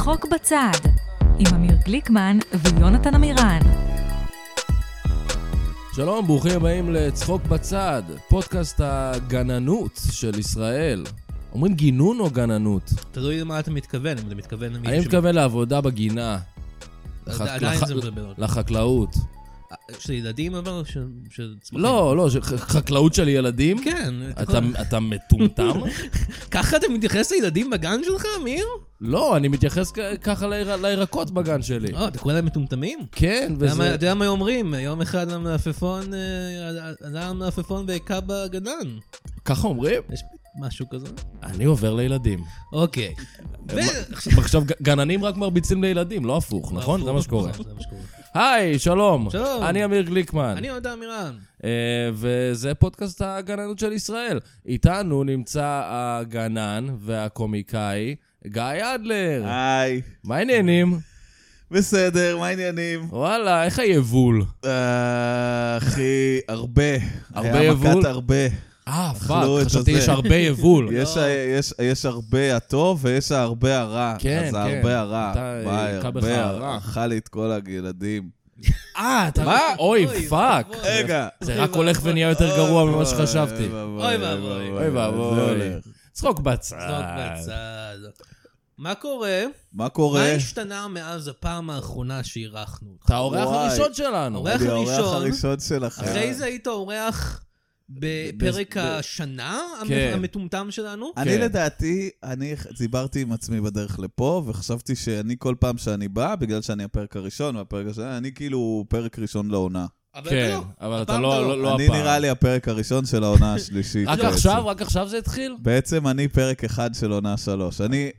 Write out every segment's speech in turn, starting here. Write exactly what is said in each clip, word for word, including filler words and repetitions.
צחוק בצד, עם אמיר גליקמן ויונתן אמירן. שלום, ברוכים הבאים לצחוק בצד, פודקאסט הגננות של ישראל. אומרים גינון או גננות? תלוי למה אתה מתכוון, אם אתה מתכוון... אני מתכוון לעבודה בגינה. עדיין זה מבלבל. לחקלאות. של ילדים אבל? לא, לא, חקלאות של ילדים? כן. אתה מטומטם? ככה אתה מתייחס לילדים בגן שלך, אמיר? לא, אני מתייחס ככה לירקות בגן שלי. אה, אתה קורא להם מטומטמים? כן, וזה... אתה יודע מה אומרים? יום אחד המלפפון, עלה המלפפון והיכה בגנן. ככה אומרים? יש משהו כזה? אני עובר לילדים. אוקיי. עכשיו, גננים רק מרביצים לילדים, לא הפוך, נכון? זה מה שקורה. היי, שלום. שלום. אני אמיר גליקמן. אני יונתן אמירן. וזה פודקאסט הגננות של ישראל. איתנו נמצא הגנן והקומיקאי גיא אדלר. היי. מה העניינים? בסדר, מה העניינים? וואלה, איך היבול? אחי, הרבה. הרבה יבול? היה מכת הרבה. אה, פאק, חשבתי יש הרבה יבול. יש הרבה הטוב ויש הרבה הרע. כן, אז כן. הרבה הרע. אתה הכה בך הרע. אכל לי את כל הילדים. אה, אתה... מה? אוי, פאק. רגע. זה רק הולך ונהיה יותר גרוע ממה שחשבתי. אוי ואבוי. אוי ואבוי. צחוק בצד. צחוק בצד. מה קורה? מה קורה? מה השתנה מאז הפעם האחרונה שאירחנו? אתה האורח הראשון שלנו. האורח אני האורח הראשון שלכם. אחרי זה היית אורח... בפרק השנה המטומטם שלנו? אני לדעתי, אני דיברתי עם עצמי בדרך לפה, וחשבתי שאני כל פעם שאני בא, בגלל שאני הפרק הראשון, והפרק השנה, אני כאילו פרק ראשון לעונה. כן, אבל אתה לא הפעם. אני נראה לי הפרק הראשון של העונה השלישית. רק עכשיו? רק עכשיו זה התחיל? בעצם אני פרק אחד של עונה שלוש. אני...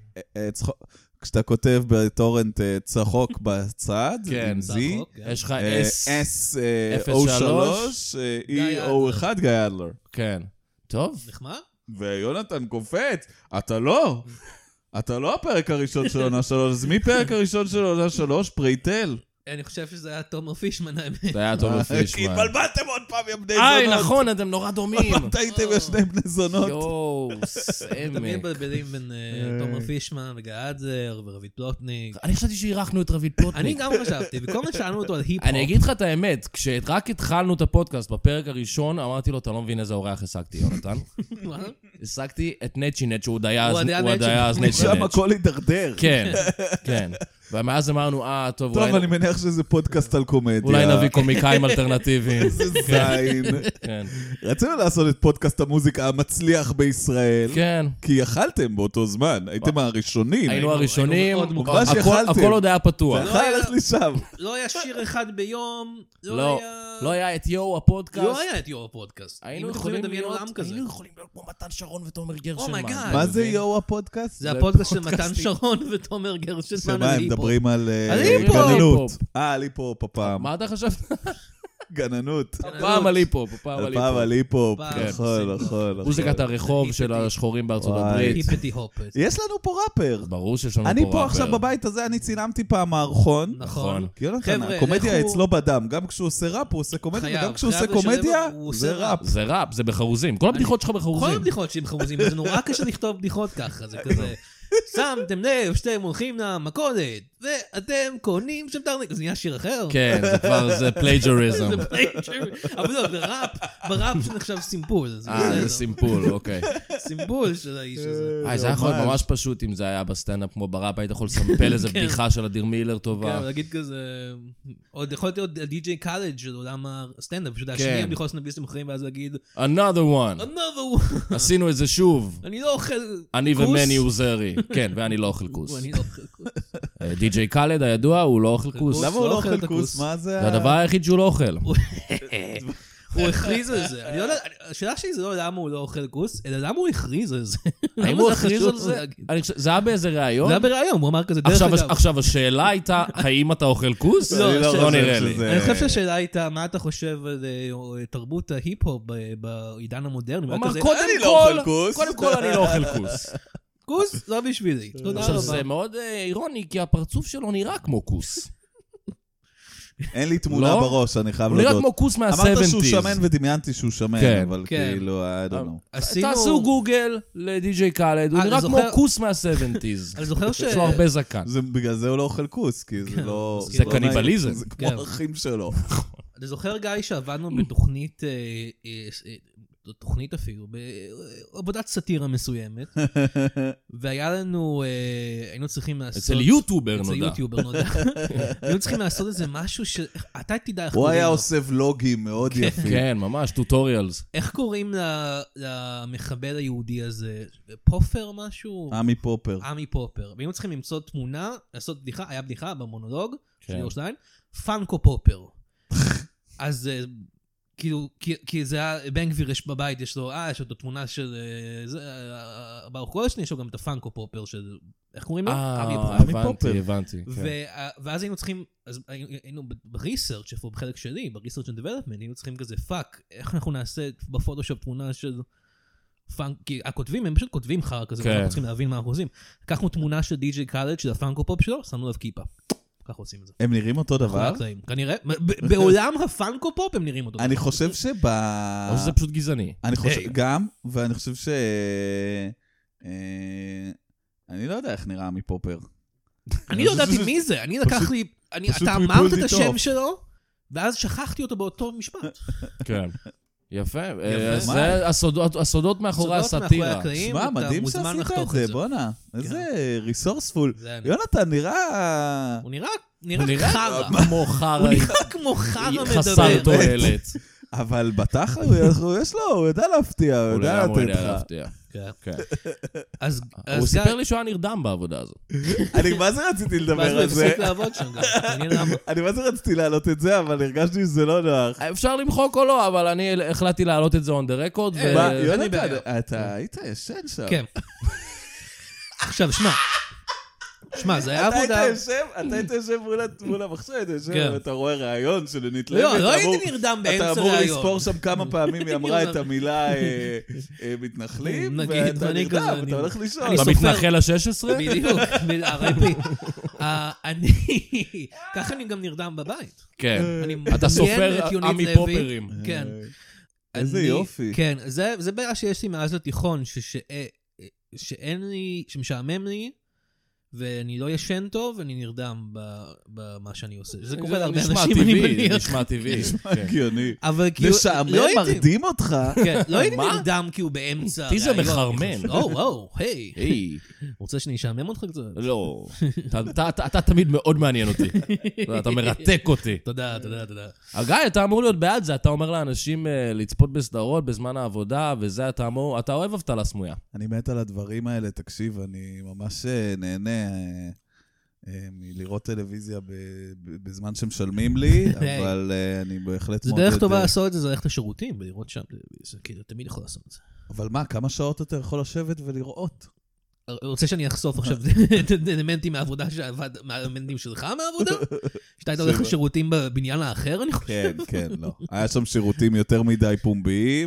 כשאתה כותב בטורנט צחוק בצד, עם Z, יש לך S O שלוש, E O אחד, גיא אדלר. כן. טוב. נחמד? ויונתן קופץ, אתה לא. אתה לא הפרק הראשון של עונה שלוש, אז מי פרק הראשון של עונה שלוש? פרייטל. אני חושב שזה היה תומר פישמן, האמת. זה היה תומר פישמן. כי התבלבלתם עוד פעם, יא בני זונות. איי, נכון, אתם נורא דומים. עוד פעם טעיתם יא שני בני זונות. יואו, סמק. תמיד בלבלים בין תומר פישמן וגיא אדלר ורביד פלוטניק. אני חשבתי שאירחנו את רביד פלוטניק. אני גם חשבתי, וכל מה שאלנו אותו על היפ-הופ. אני אגיד לך את האמת, כשרק התחלנו את הפודקאסט בפרק הראשון, אמרתי לו, אתה לא מבין איזה אורח השגתי, יונתן. מה? השגתי את נצ'י נצ' שהוא דייה אז נצ'י נצ'. שם הכל הידרדר. כן, כן. ומאז אמרנו, אה, טוב, טוב, אני מניח שזה פודקאסט על קומדיה. אולי נביא קומיקאים אלטרנטיביים. איזה זין. רצינו לעשות את פודקאסט המוזיקה המצליח בישראל. כן. כי יכלתם באותו זמן, הייתם הראשונים. היינו הראשונים, מה שיכלתם. הכל עוד היה פתוח. זה היה ללכת לשם. לא היה שיר אחד ביום, לא לא היה את יו הפודקאסט. לא היה את יו הפודקאסט. היינו יכולים להיות כמו מתן שרון ותומר גרשנמן. מה זה יו הפודקאסט? זה הפודקאסט של מתן שרון ותומר גרשנמן. שמה, הם מדברים על גננות. אה, על היפ-הופ הפעם. מה אתה חשבת? גננות. הפעם על היפ-הופ. הפעם על היפ-הופ. נכון, נכון. מוזיקת הרחוב של השחורים בארצות הברית. היפטי הופס. יש לנו פה ראפר. ברור שיש לנו פה ראפר. אני פה עכשיו בבית הזה, אני צילמתי פעם מערכון. נכון. כי יונתן, הקומדיה אצלו בדם. גם כשהוא עושה ראפ, הוא עושה קומדיה, וגם כשהוא עושה קומדיה, זה ראפ. זה ראפ, זה בחרוזים. כל הבדיחות שלך בחרוזים. כל הבדיחות שלי בחרוזים. זה נורא קשה לכתוב בדיחות ככה. זה כזה... שמתם לב שאתם הולכים למכולת, ואתם קונים שם תרנגולת. זה נהיה שיר אחר? כן, זה כבר, זה פלייג'ריזם. זה פלייג'ריזם. אבל לא, זה ראפ, בראפ שנחשב סימפול. אה, זה סימפול, אוקיי. סימפול של האיש הזה. אה, זה היה יכול להיות ממש פשוט אם זה היה בסטנדאפ כמו בראפ, היית יכול לסמפל איזה בדיחה של אדיר מילר טובה. כן, להגיד כזה, עוד יכול להיות די-ג'יי קולג' של עולם הסטנדאפ, פשוט להשמיע בדיחות סטנדאפיסטים אחרים, ואז להגיד, another one. another one. עשינו את זה שוב. אני לא אוכל כוס. אני ומני עוזרי. כן, ואני לא אוכל כוס. אני לא אוכל כוס. די-ג'יי קאלד הידוע, הוא לא אוכל כוס. למה הוא לא אוכל כוס? מה זה? זה הדבר היחיד שהוא לא אוכל. הוא הכריז על זה. השאלה שלי זה לא למה הוא לא אוכל כוס, אלא למה הוא הכריז על זה. האם הוא הכריז על זה? זה היה באיזה ראיון? זה היה בראיון, הוא אמר כזה דרך אגב. עכשיו, השאלה הייתה, האם אתה אוכל כוס? לא נראה לי. אני חושב שהשאלה הייתה, מה אתה חושב על תרבות ההיפ-הופ בעידן המודרני? הוא אמר, קודם כל אני לא אוכל כוס. כוס? לא בשבילי. עכשיו, זה מאוד אירוני, כי הפרצוף שלו נראה כמו כוס. אין לי תמונה לא? בראש, אני חייב הוא נראה לדעות. כמו כוס מה-שבעים. אמרת שהוא שמן ודמיינתי שהוא שמן, כן. אבל כן. כאילו, I don't know. עשינו... תעשו גוגל לדי-ג'יי קאלד, הוא אה, נראה זוכר- כמו כוס מה-שבעים. אני זוכר ש... יש לו הרבה זקן. זה- בגלל זה הוא לא אוכל כוס, כי זה כן, לא... זה לא קניבליזם. נעים, זה כמו כן. האחים שלו. אני זוכר, גיא, שעבדנו בתוכנית, אה, אה, אה, תוכנית אפילו, בעבודת סאטירה מסוימת, והיה לנו, אה, היינו צריכים לעשות... אצל יוטובר אצל נודע. יוטיובר נודע. היינו צריכים לעשות איזה משהו ש... אתה תדע איך הוא קוראים היה לו. עושה ולוגים מאוד יפים. כן, ממש, טוטוריאלס. איך קוראים ל- למחבל היהודי הזה? פופר משהו? עמי פופר. עמי פופר. והיינו צריכים למצוא תמונה, לעשות בדיחה, היה בדיחה במונולוג של כן. ירושלים, פאנקו פופר. אז אה, כאילו, כי, כי זה היה, בן גביר יש בבית, יש לו, אה, יש לו את התמונה של, אה, זה, אה, ברוך גולדשטיין, יש לו גם את הפאנקו פופר של, איך קוראים לו? עמי אה, פופר. הבנתי, הבנתי. כן. ו- ואז היינו צריכים, אז היינו בריסרצ' איפה בחלק שלי, בריסרצ' and development, היינו צריכים כזה פאק, איך אנחנו נעשה בפוטושופ תמונה של פאנק, כי הכותבים, הם פשוט כותבים חר כזה, כן. ואנחנו צריכים להבין מה אנחנו עושים. לקחנו תמונה של די-ג'יי קאלד, של הפאנקו פופ שלו, שמנו עליו כיפה. ככה עושים את זה. הם נראים אותו דבר? הקטעים. כנראה, ב- בעולם הפאנקו פופ הם נראים אותו. אני חושב שב... או שזה פשוט גזעני. אני חושב, היי. גם, ואני חושב ש... אה, אני לא יודע איך נראה עמי פופר. אני לא ידעתי מי זה, אני לקח לי, אני- פשוט אתה we אמרת pulled את it השם off. שלו, ואז שכחתי אותו באותו משפט. כן. יפה. יפה. אה, זה הסודות- הסודות מאחורי סודות מאחורי הסאטירה. הקלעים, שמע, אתה מדהים מוזמן שעשית את לחתוך זה, את זה. בואנה. איזה ריסורספול. זה אני. יונתן, נראה... הוא נראה, הוא נראה נראה חרא. כמו חרא, הוא נראה כמו חרא מדבר. חסר תועלת. אבל בתכל'ס, הוא- יש לו, הוא יודע להפתיע, הוא הוא יודע לגמרי לתת יודע לך. להפתיע. כן. כן. אז הוא אז סיפר גיא- לי שהוא היה נרדם בעבודה הזאת. אני מה זה רציתי ואז לדבר הוא על זה? הפסיק לעבוד שם גם. מעניין למה. אני מה זה רציתי להעלות את זה, אבל הרגשתי שזה לא נוח. אפשר למחוק או לא, אבל אני החלטתי להעלות את זה on the record. אה, ו- מה, אין לי יונתן, בעיה. אתה היית ישן שם. כן. עכשיו, שמע. שמע, זה היה אתה היית עבודה... יושב, אתה היית יושב מול ה- מול המחשב, אתה יושב, כן. ואתה רואה ראיון של יונית לא, לוי, לא אתה אמור- הייתי נרדם באמצע אתה אמור ראיון. לספור שם כמה פעמים היא אמרה את המילה אה, אה, מתנחלים, נגיד, ואתה ואני כזה, נרדם, אני- אתה הולך לישון. אני סופר. במתנחל ה-שש עשרה? בדיוק, אר איי פי. אה, אני... ככה אני גם נרדם בבית. כן. אני אתה מדמיין סופר את יונית עמי לוי. פופרים. כן. איזה אני- יופי. כן, זה, זה בעיה שיש לי מאז לתיכון, שש, אה, אה, שאין לי, שמשעמם לי, ואני לא ישן טוב, ואני נרדם ב- במה שאני עושה. זה קורה להרבה נשמע אנשים, אני טבעי, מניח. נשמע טבעי. נשמע כן. הגיוני. אבל כאילו, משעמם, לא הייתי, מרדים אותך. כן, לא הייתי מה? נרדם כאילו באמצע. אותי זה ראיון. מחרמן. או, או, היי. היי, רוצה שאני אשעמם אותך קצת? לא. אתה- אתה- אתה- אתה תמיד מאוד מעניין אותי. אתה מרתק אותי. תודה, תודה, תודה. גיא, אתה אמור להיות בעד זה, אתה אומר לאנשים אה, לצפות בסדרות בזמן העבודה, וזה אתה אמור, אתה אוהב אבטלה סמויה. אני מת על הדברים האלה, תקשיב, אני ממש אה, נהנה אה, אה, מלראות טלוויזיה ב- ב- בזמן שמשלמים לי, אבל אה, אני בהחלט זה מעודד, דרך טובה אה, לעשות את זה, זה ללכת לשירותים ולראות שם, זה כאילו, תמיד יכול לעשות את זה. אבל מה, כמה שעות אתה יכול לשבת ולראות? רוצה שאני אחשוף עכשיו את האלמנטים מהעבודה, שעבד- מהאלמנטים שלך מהעבודה? שאתה היית הולך לשירותים בבניין האחר, אני חושב? כן, כן, לא. היה שם שירותים יותר מדי פומביים.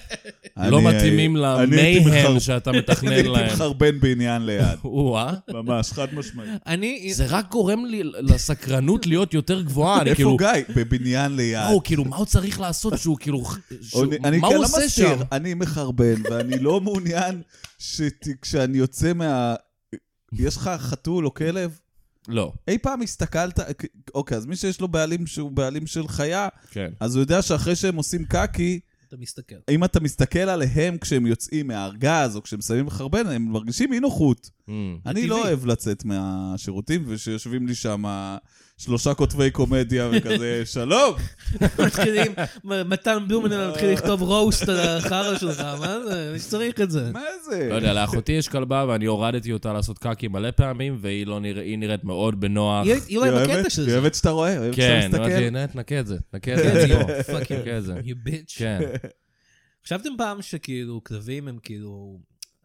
לא אני- מתאימים אני הייתי למייהם מחר- שאתה אני מתכנן הייתי להם. מחרבן בעניין ליד. או-אה. ממש, חד משמעית. אני... זה רק גורם לי לסקרנות להיות יותר גבוהה. אני איפה כאילו, גיא? בבניין ליד. או, כאילו, מה הוא צריך לעשות שהוא כאילו... שהוא- אני- אני מה כן הוא לא עושה מסתיר, שם? אני מחרבן, ואני לא מעוניין שכשאני יוצא מה... יש לך חתול או כלב? לא, אי פעם הסתכלת, אוקיי, אז מי שיש לו בעלים שהוא בעלים של חיה, כן. אז הוא יודע שאחרי שהם עושים קקי, אתה מסתכל. אם אתה מסתכל עליהם כשהם יוצאים מהארגז, או כשהם שמים לחרבן, הם מרגישים אי נוחות. Mm. אני לא אוהב לצאת מהשירותים, ושיושבים לי שם שלושה כותבי קומדיה וכזה, שלום! מתחילים, מתן בלומנל מתחיל לכתוב רוסט על החרא שלך, מה זה? מי שצריך את זה? מה זה? לא יודע, לאחותי יש כלבה ואני הורדתי אותה לעשות קקי מלא פעמים, והיא לא נראה- היא נראית מאוד בנוח. היא היא אולי היא בקטע אוהבת? של היא זה. אוהבת שאתה רואה, אוהבת כן, שאתה אמרתי, מסתכל. נת, נקה את זה, נקה את זה. כן, לא, פאק יו. נקה את זה. You bitch. כן. חשבתם פעם שכאילו כלבים הם כאילו...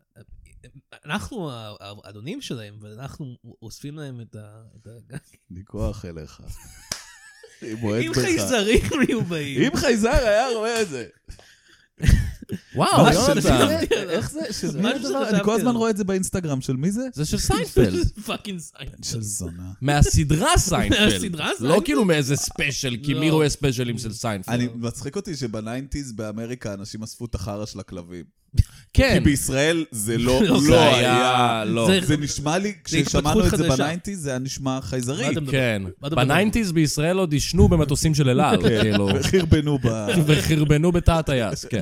אנחנו האדונים שלהם, ואנחנו אוספים להם את ה... את ה- לי כוח אליך. היא בועט אם בך. חייזרים היו באים. אם חייזר היה רואה את זה. וואו, מה, יונתן. שזה- איך זה? שזה- מה מי שזה הדבר? חשבתי אני כל הזמן עליו. רואה את זה באינסטגרם, של מי זה? זה של סיינפלד. פאקינג סיינפלד. של זונה. מהסדרה סיינפלד. מהסדרה לא סיינפלד? כאילו מאיזה ספיישל, כי לא. מי רואה ספיישלים של סיינפלד? אני מצחיק אותי שבניינטיז באמריקה אנשים אספו את החרא של הכלבים. כן. כי בישראל זה לא לא, זה לא היה, היה. לא. זה- זה נשמע לי, כששמענו התפתחות את זה חדשה. בניינטיז, זה היה נשמע חייזרי. מה אתה מדבר? כן. מה אתה מדבר? בניינטיז בישראל עוד ישנו במטוסים של אלעל, כאילו. וחרבנו ב... וחרבנו בתא הטייס, כן.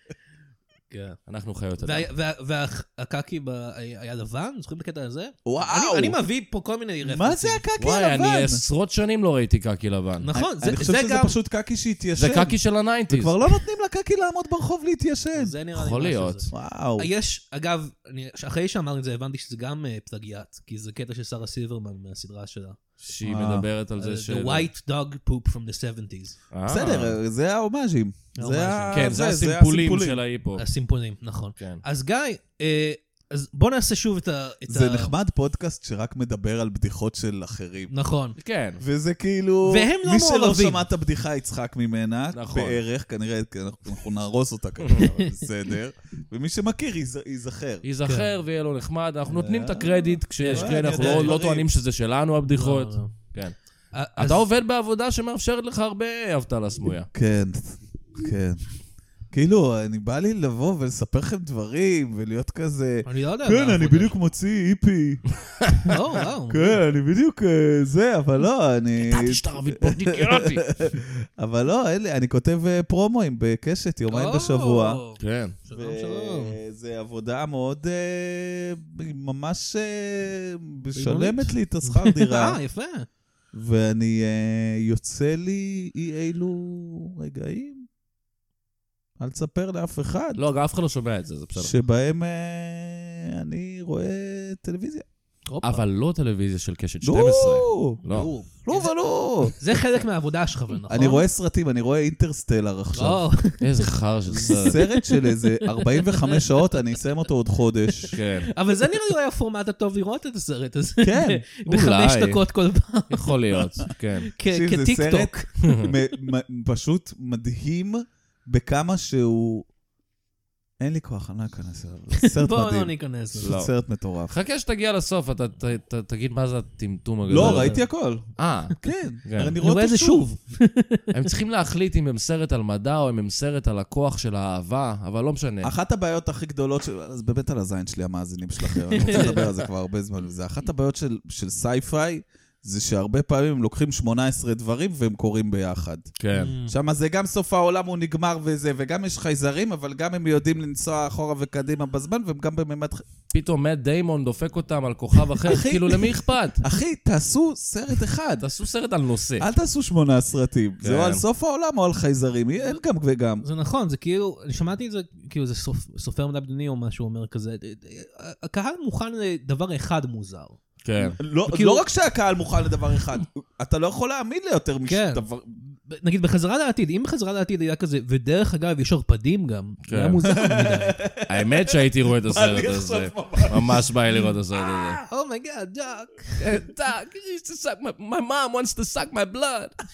כן. אנחנו חיות אדם. והקקי היה לבן? זוכרים את הקטע הזה? וואו! אני מביא פה כל מיני רפרנסים. מה זה הקקי וואי, הלבן? אני עשרות שנים לא ראיתי קקי לבן. נכון, אני חושב זה שזה גם... פשוט קקי שהתיישן. זה קקי של הניינטיז. כבר לא נותנים לקקי לעמוד ברחוב להתיישן. זה נראה לי יכול משהו להיות. הזה. וואו. יש, אגב, אני- אחרי שאמר את זה, הבנתי שזה גם אה, פלגיאט, כי זה קטע של שרה סילברמן מהסדרה שלה. שהיא אה. מדברת על Uh, זה The של... White Dog Poop from the seventies. אה. בסדר, זה ההומאז'ים. ההומאז'ים. זה ה- כן, זה זה הסימפולים של ההיפו. הסימפולים, נכון. כן. אז גיא, אה, אז בוא נעשה שוב את ה... את זה ה- נחמד פודקאסט שרק מדבר על בדיחות של אחרים. נכון. כן. וזה כאילו... והם לא מי שלא מעורבים. שמע את הבדיחה יצחק ממנה, נכון. בערך, כנראה, כי אנחנו אנחנו נהרוס אותה כנראה, אבל בסדר. ומי שמכיר ייז- ייזכר. ייזכר ויהיה לו נחמד. אנחנו נותנים את הקרדיט כשיש אה, קרדיט, אני אנחנו יודע לא- לא דברים. טוענים שזה שלנו הבדיחות. לא, לא. כן. אה, אז- אתה עובד בעבודה שמאפשרת לך הרבה אבטלה סמויה. כן, כן. כאילו, אני בא לי לבוא ולספר לכם דברים, ולהיות כזה... אני לא יודע. כן, מה אני העבודה בדיוק מוציא איפי. שלך. או, וואו. כן, אני בדיוק אה, זה, אבל לא, אני... ידעתי שאתה ערבית פורניקרטי. אבל לא, אין לי, אני כותב אה, פרומואים בקשת, יומיים או, בשבוע. כן. שלום, שלום. וזה עבודה מאוד, אה, ממש אה, משלמת לי את השכר דירה. אה, יפה. ואני, אה, יוצא לי אי אילו רגעים, אל תספר לאף אחד, לא, אף אחד לא שומע את זה, זה בסדר. שבהם אה, אני רואה טלוויזיה. הופה. אבל לא טלוויזיה של קשת שתים עשרה. לא, לא. לא ולא. זה חלק מהעבודה שלך, נכון? אני רואה סרטים, אני רואה אינטרסטלר עכשיו. או, איזה חר של סרט. סרט של איזה ארבעים וחמש שעות, אני אסיים אותו עוד חודש. כן. אבל זה נראה לי היה הפורמט הטוב לראות את הסרט הזה. כן, בחמש אולי. דקות כל פעם. יכול להיות, כן. כ- תקשיב, זה כטיק סרט טוק. מ- מ- פשוט מדהים בכמה שהוא... אין לי כוח, אני לא אכנס אליו. זה סרט בואו לא מדהים. ניכנס לזה. זה לא. סרט מטורף. חכה שתגיע לסוף, אתה ת- ת- תגיד מה זה הטמטום הגדול. לא, ראיתי הכל. אה, כן, כן. אני אני רואה רואה את אותו זה שוב. שוב. הם צריכים להחליט אם הם סרט על מדע או אם הם סרט על הכוח של האהבה, אבל לא משנה. אחת הבעיות הכי גדולות, של- אז באמת על הזין שלי המאזינים שלכם, אני רוצה לדבר על זה כבר הרבה זמן. זה אחת הבעיות של- של סייפיי, זה שהרבה פעמים הם לוקחים שמונה עשרה דברים והם קוראים ביחד. כן. שם זה גם סוף העולם הוא נגמר וזה, וגם יש חייזרים, אבל גם הם יודעים לנסוע אחורה וקדימה בזמן, והם גם בממד... פתאום מאט דיימון דופק אותם על כוכב אחר, אחי. כאילו למי אכפת? אחי, תעשו סרט אחד. תעשו סרט על נושא. אל תעשו שמונה סרטים. כן. זה או על סוף העולם או על חייזרים. אין גם וגם. זה נכון, זה כאילו, אני שמעתי את זה, כאילו זה סופ- סופר מדע בדיוני או משהו אומר כזה, הקהל מוכן לדבר אחד מוזר. כן. לא, וכאילו- לא רק שהקהל מוכן לדבר אחד, אתה לא יכול להאמין ליותר כן. משדבר... ב- נגיד בחזרה לעתיד, אם בחזרה לעתיד היה כזה, ודרך אגב יש ערפדים גם, כן. זה היה מוזר מדי. האמת שהייתי רואה את הסרט אני הזה. עכשיו ממש- ממש בא לי לראות את הסרט הזה. אומייגאד, דוק. Doc, you used to suck my... My mom wants to suck my blood.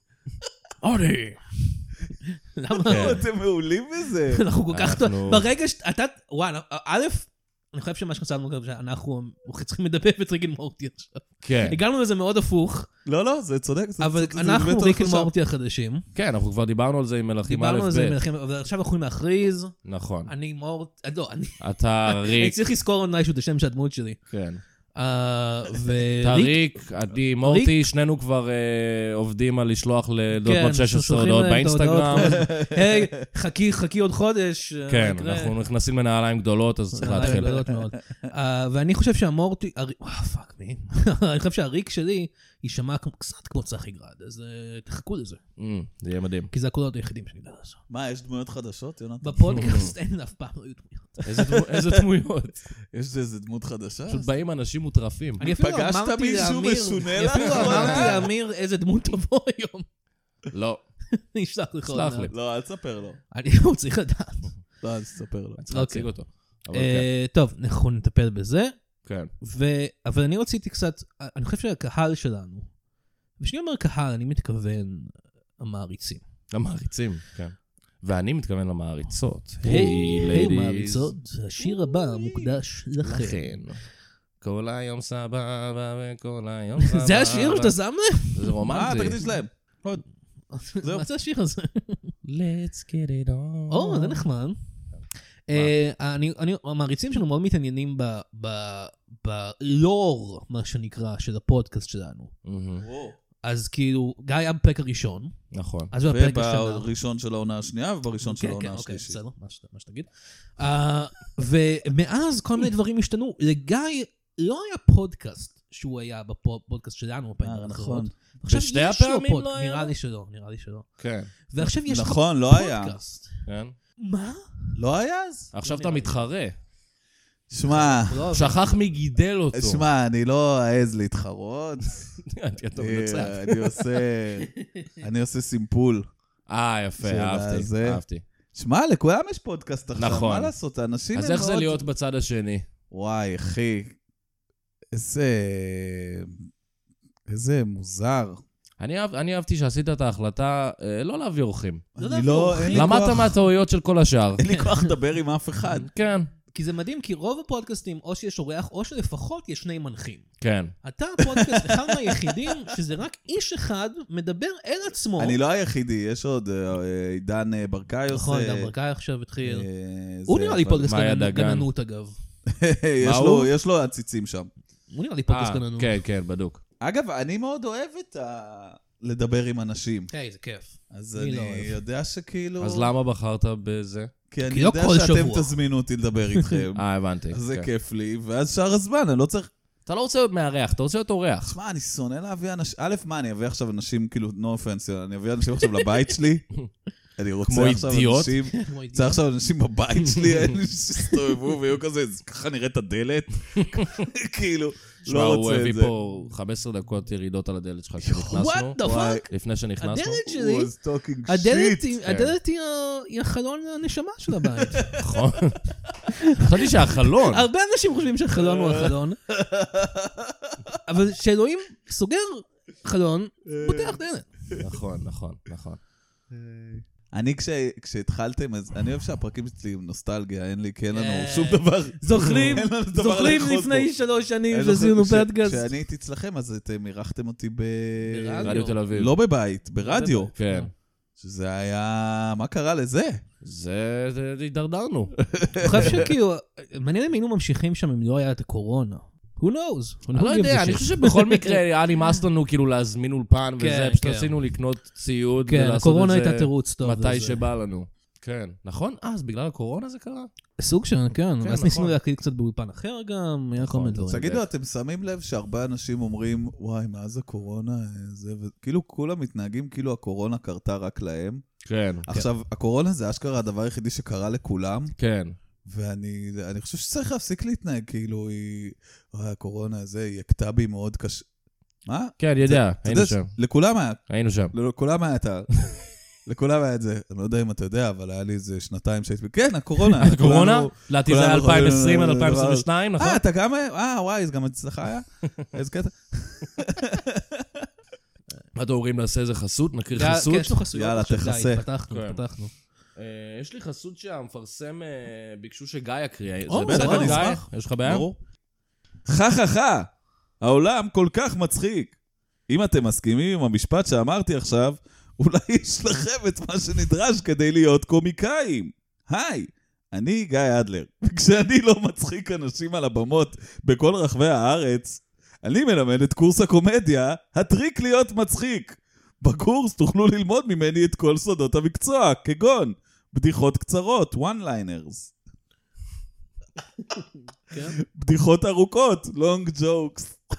אודי. למה? כן. אתם מעולים בזה. אנחנו כל כך... אנחנו- ברגע שאתה... וואי, א', אני חושב שמה שחשבנו גם שאנחנו צריכים לדבר בטריק אנד מורטי עכשיו. כן. הגענו לזה מאוד הפוך, לא, לא, זה צודק. זה- אבל זה- זה אנחנו באמת ריק אנד עכשיו. מורטי החדשים. כן, אנחנו כבר דיברנו על זה עם מלכים א' דיברנו על זה, ב'. מלכים- אבל עכשיו אנחנו יכולים להכריז, נכון. אני מורט... לא, אני... אתה אני ריק. צריך לזכור עוד משהו את השם של הדמות שלי. כן. אה, אתה וריק... ריק, עדי מורטי, שנינו כבר אה, עובדים על לשלוח לדוד כן, בת שש עשרה שולחים הודעות להם את ההודעות באינסטגרם. כל הזמן. היי, חכי, חכי עוד חודש. אה, כן, מה יקרה? אנחנו נכנסים לנעליים גדולות, אז צריך נעליים להתחיל. גדולות מאוד. אה, ואני חושב שהמורטי... הרי- אה, פאק מי. אני חושב שהריק שלי יישמע כמו- קצת כמו צחי גרד, אז אה, תחכו לזה. Mm, זה יהיה מדהים. כי זה הקולות היחידים שאני יודע לעשות. מה, יש דמויות חדשות, יונתן? בפודקאסט אין אף פעם לא היו דמויות. איזה דמו- איזה דמויות. יש איזה דמות חדשה? פשוט באים אנשים מוטרפים. אני אפילו פגשת אמרתי מישהו לאמיר- משונה אני אפילו לאחרונה? אמרתי לאמיר איזה דמות תבוא היום. לא, אני אשלח לך עוד סלח לי. מעט. לא, אל תספר לו. אני הוא צריך לדעת. לא, אל תספר לו. אני צריך להציג אותו. אבל כן, אה, טוב, אנחנו נטפל בזה. כן. ו... אבל אני רציתי קצת, אני חושב שהקהל שלנו, וכשאני אומר קהל, אני מתכוון המעריצים. המעריצים, כן. ואני מתכוון למעריצות. היי, היי מעריצות, השיר הבא מוקדש לכם. לכן. כל היום סבבה וכל היום סבבה. זה השיר שאתה שם לב? זה רומנטי. מה, תקדיש להם. עוד. זהו. מה זה השיר הזה? Let's get it on. או, זה נחמד. המעריצים שלנו מאוד מתעניינים בלור, מה שנקרא, של הפודקאסט שלנו. אז כאילו, גיא היה בפרק הראשון. נכון. אז הוא בפרק השנה. ובראשון של העונה השנייה, ובראשון של העונה השלישית. השלישית. בסדר, מה שתגיד. ומאז כל מיני דברים השתנו. לגיא לא היה פודקאסט שהוא היה בפודקאסט שלנו. נכון. בשתי הפעמים לא היה? נראה לי שלא, נראה לי שלא. כן. ועכשיו יש נכון, לא היה. כן. מה? לא היה אז? עכשיו אתה מתחרה. שמע, שכח מי גידל אותו. שמע, אני לא אעז להתחרות. אתה מנצח. אני עושה, אני עושה סימפול. אה, יפה, אהבתי, אהבתי. שמע, לכולם יש פודקאסט עכשיו, נכון. מה לעשות? האנשים הם אז מאוד... איך זה להיות בצד השני? וואי, אחי, איזה... איזה מוזר. אני, אהב, אני אהבתי שעשית את ההחלטה אה, לא להביא אורחים. אני לא... למדת מהטעויות של כל השאר. אין לי כוח לדבר עם אף אחד. כן. כי זה מדהים, כי רוב הפודקאסטים, או שיש אורח, או שלפחות יש שני מנחים. כן. אתה הפודקאסט, אחד מהיחידים, שזה רק איש אחד מדבר אל עצמו. אני לא היחידי, יש עוד עידן ברקאי עושה. נכון, עידן ברקאי עכשיו התחיל. הוא נראה לי פודקאסט גננות, אגב. יש לו עציצים שם. הוא נראה לי פודקאסט גננות. כן, כן, בדוק. אגב, אני מאוד אוהב את ה... לדבר עם אנשים. היי, זה כיף. אז אני יודע שכאילו... אז למה בחרת בזה? כי אני יודע שאתם תזמינו אותי לדבר איתכם. אה, הבנתי. אז זה כיף לי, ואז שאר הזמן, אני לא צריך... אתה לא רוצה להיות מארח, אתה רוצה להיות אורח. שמע, אני שונא להביא אנשים... א', מה, אני אביא עכשיו אנשים, כאילו, no offense, אני אביא אנשים עכשיו לבית שלי. אני רוצה עכשיו אנשים... רוצה עכשיו אנשים בבית שלי, אלה שסתובבו ויהיו כזה, ככה נראית הדלת. כאילו... שמע, הוא הביא פה חמש עשרה דקות ירידות על הדלת שלך כשנכנסנו. What the fuck? לפני שנכנסנו. הדלת שלי, הדלת היא החלון הנשמה של הבית. נכון. חשבתי שהחלון. הרבה אנשים חושבים שהחלון הוא החלון. אבל כשאלוהים סוגר חלון, פותח דלת. נכון, נכון, נכון. אני כשהתחלתם, אז אני אוהב שהפרקים שלי עם נוסטלגיה, אין לי, כי אין לנו שום דבר. זוכרים, זוכרים לפני שלוש שנים שעשינו פודקאסט. כשאני הייתי אצלכם, אז אתם אירחתם אותי ברדיו תל אביב. לא בבית, ברדיו. כן. שזה היה... מה קרה לזה? זה... הידרדרנו. אני חושב שכאילו, מעניין אם היינו ממשיכים שם אם לא היה את הקורונה. Who knows? אני לא יודע, אני חושב שבכל מקרה היה נמאס לנו כאילו להזמין אולפן וזה, פשוט רצינו לקנות ציוד ולעשות את זה מתי שבא לנו. כן, נכון? אה, אז בגלל הקורונה זה קרה? סוג של, כן. אז ניסינו להקליט קצת באולפן אחר גם, היה כל מיני דברים. תגידו, אתם שמים לב שהרבה אנשים אומרים, וואי, מאז הקורונה, זה, וכאילו כולם מתנהגים כאילו הקורונה קרתה רק להם. כן. עכשיו, הקורונה זה אשכרה הדבר היחידי שקרה לכולם. כן. ואני אני חושב שצריך להפסיק להתנהג, כאילו, היא... הקורונה הזה, היא יקטה בי מאוד קשה. מה? כן, יודע, היינו שם. לכולם היה. היינו שם. לכולם היה את ה... לכולם היה את זה. אני לא יודע אם אתה יודע, אבל היה לי איזה שנתיים שהייתי... כן, הקורונה. הקורונה? לדעתי זה היה אלפיים עשרים עד אלפיים עשרים ושתיים, נכון? אה, אתה גם... אה, וואי, זה גם אצלך היה? איזה קטע? מה אתם אומרים, נעשה איזה חסות? נקריא חסות? כן, יש לו חסויות. יאללה, תחסה. פתחנו, פתחנו. יש לי חסות שהמפרסם ביקשו שגיא יקריא. זה בטח, אני אשמח. יש לך בעיה? חה חה חה, העולם כל כך מצחיק. אם אתם מסכימים עם המשפט שאמרתי עכשיו, אולי יש לכם את מה שנדרש כדי להיות קומיקאים. היי, אני גיא אדלר, וכשאני לא מצחיק אנשים על הבמות בכל רחבי הארץ, אני מלמד את קורס הקומדיה, הטריק להיות מצחיק. בקורס תוכלו ללמוד ממני את כל סודות המקצוע, כגון בדיחות קצרות, one-liners. בדיחות ארוכות, long jokes.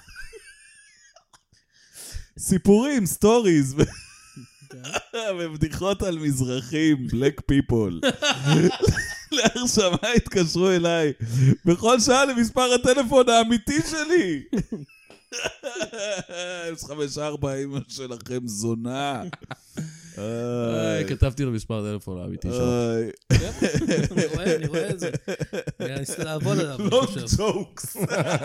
סיפורים, stories. ובדיחות על מזרחים, black people. להרשמה התקשרו אליי. בכל שעה למספר הטלפון האמיתי שלי. אפס חמש ארבע, אמא שלכם זונה. כתבתי לו מספר טלפון האמיתי שלו. אני רואה, אני רואה את זה. אני ניסה לעבוד עליו. long jokes.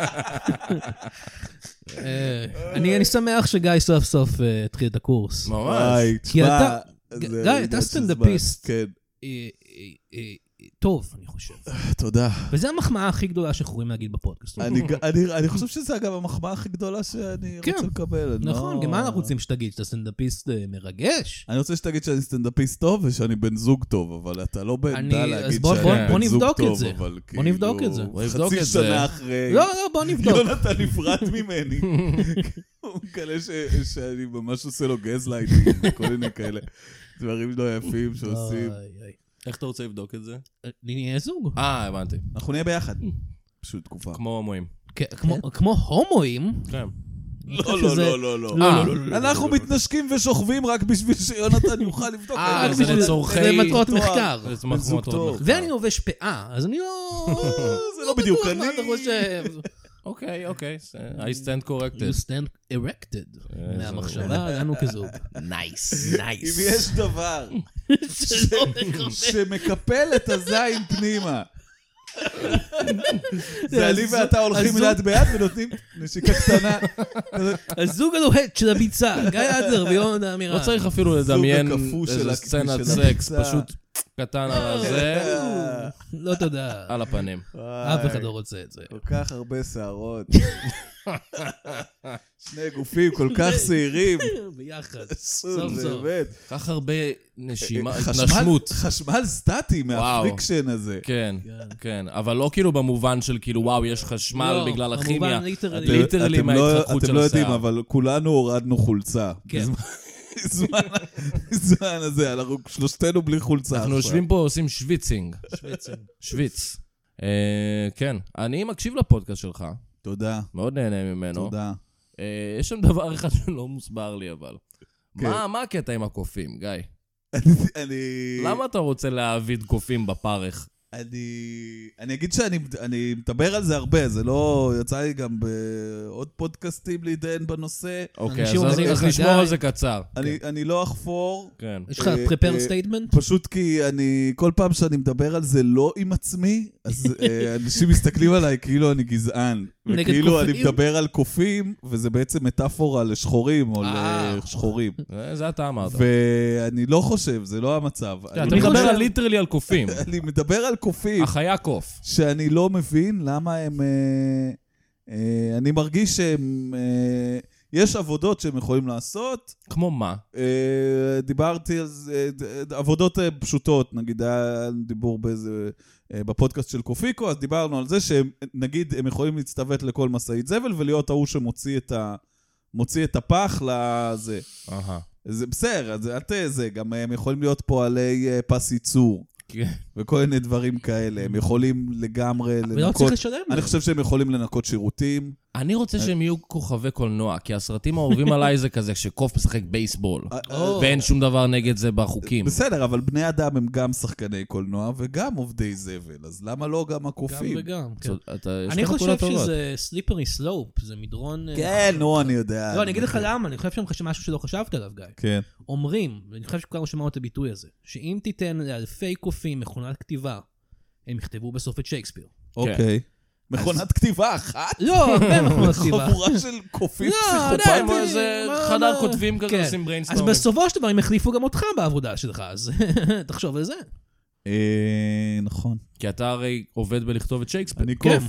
אני שמח שגיא סוף סוף התחיל את הקורס. ממש. כי אתה, גיא, אתה סטנדאפיסט. כן. טוב, אני חושב. תודה. וזו המחמאה הכי גדולה שיכולים להגיד בפודקאסט. אני חושב שזה אגב המחמאה הכי גדולה שאני רוצה לקבל. נכון, גם מה אנחנו רוצים שתגיד? שאתה סטנדאפיסט מרגש? אני רוצה שתגיד שאני סטנדאפיסט טוב ושאני בן זוג טוב, אבל אתה לא בעמדה להגיד שאני בן זוג נבדוק טוב, את זה. אבל בוא נבדוק את זה. חצי שנה אחרי... לא, לא, בוא נבדוק. יונתן נפרד ממני. הוא מקלה שאני ממש עושה לו גזלייטינג, כל מיני כאלה. דברים לא יפים שעושים. איך אתה רוצה לבדוק את זה? נהיה זוג. אה, הבנתי. אנחנו נהיה ביחד. פשוט תקופה. כמו הומואים. כמו הומואים? כן. לא, לא, לא, לא, לא. אנחנו מתנשקים ושוכבים רק בשביל שיונתן יוכל לבדוק. אה, זה לצורכי... זה מטרות מחקר. זה מטרות מחקר. ואני לובש פאה, אז אני לא... זה לא בדיוק אני. מה אתה חושב? אוקיי, אוקיי. I stand corrected. You stand erected. מהמחשבה, לנו כזוג. נייס, נייס. אם יש דבר שמקפל את הזין פנימה, זה אני ואתה הולכים יד ביד ונותנים נשיקה קטנה. הזוג הלוהט של הביצה, גיא אדלר ויונתן עמירן. לא צריך אפילו לדמיין איזה סצנת סקס, פשוט קטן על הזה. לא תודה. על הפנים. אף אחד לא רוצה את זה. כל כך הרבה שערות. שני גופים כל כך שעירים. ביחד. סוף סוף. כך הרבה נשימה, התנשמות. חשמל סטטי מהפריקשן הזה. כן, כן. אבל לא כאילו במובן של כאילו וואו, יש חשמל בגלל הכימיה. ליטרלי מההתחכות של אתם לא יודעים, השיער. אבל כולנו הורדנו חולצה. כן. זמן הזה, אנחנו שלושתנו בלי חולצה. אנחנו יושבים פה עושים שוויצינג. שוויץ. כן, אני מקשיב לפודקאסט שלך. תודה. מאוד נהנה ממנו. תודה. יש שם דבר אחד שלא מוסבר לי, אבל. מה הקטע עם הקופים, גיא? אני... למה אתה רוצה להעביד קופים בפרך? אני... אני אגיד שאני אני מדבר על זה הרבה, זה לא... יצא לי גם בעוד פודקאסטים להידיין בנושא. אוקיי, אז נשמור על זה קצר. אני לא אחפור. כן. יש לך prepared statement? פשוט כי אני... כל פעם שאני מדבר על זה לא עם עצמי, אז אנשים מסתכלים עליי כאילו אני גזען. וכאילו אני מדבר על קופים, וזה בעצם מטאפורה לשחורים או לשחורים. זה אתה אמרת. ואני לא חושב, זה לא המצב. אתה מדבר ליטרלי על קופים. אני מדבר על קופים. החיה קוף. שאני לא מבין למה הם... אני מרגיש שהם... יש עבודות שהם יכולים לעשות. כמו מה? דיברתי על זה, עבודות פשוטות, נגיד היה דיבור באיזה... בפודקאסט של קופיקו, אז דיברנו על זה שנגיד הם יכולים להצטוות לכל מסעית זבל, ולהיות ההוא שמוציא את ה... מוציא את הפח לזה. אהה. זה בסדר, זה גם הם יכולים להיות פועלי פס ייצור. וכל מיני דברים כאלה. הם יכולים לגמרי לנקות... ולא צריך לשלם. אני חושב שהם יכולים לנקות שירותים. אני רוצה שהם יהיו כוכבי קולנוע, כי הסרטים האהובים עליי זה כזה שקוף משחק בייסבול, ואין שום דבר נגד זה בחוקים. בסדר, אבל בני אדם הם גם שחקני קולנוע וגם עובדי זבל, אז למה לא גם הקופים? גם וגם, כן. אני חושב שזה סליפרי סלופ, זה מדרון... כן, נו, אני יודע. לא, אני אגיד לך למה, אני חושב שם משהו שלא חשבת עליו, גיא. כן. אומרים, ואני חושב שכבר שמענו את הביטוי הזה, שאם תיתן לאלפי קופים מכונת כתיבה, הם יכתבו בסוף את שייקספיר. אוקיי. מכונת כתיבה אחת? לא, הרבה מכונת כתיבה. חבורה של קופים פסיכופטים. איזה חדר כותבים כזה עושים בריינסטורמינג. אז בסופו של דבר הם החליפו גם אותך בעבודה שלך, אז תחשוב על זה. נכון. כי אתה הרי עובד בלכתוב את שייקספיר. אני קוף.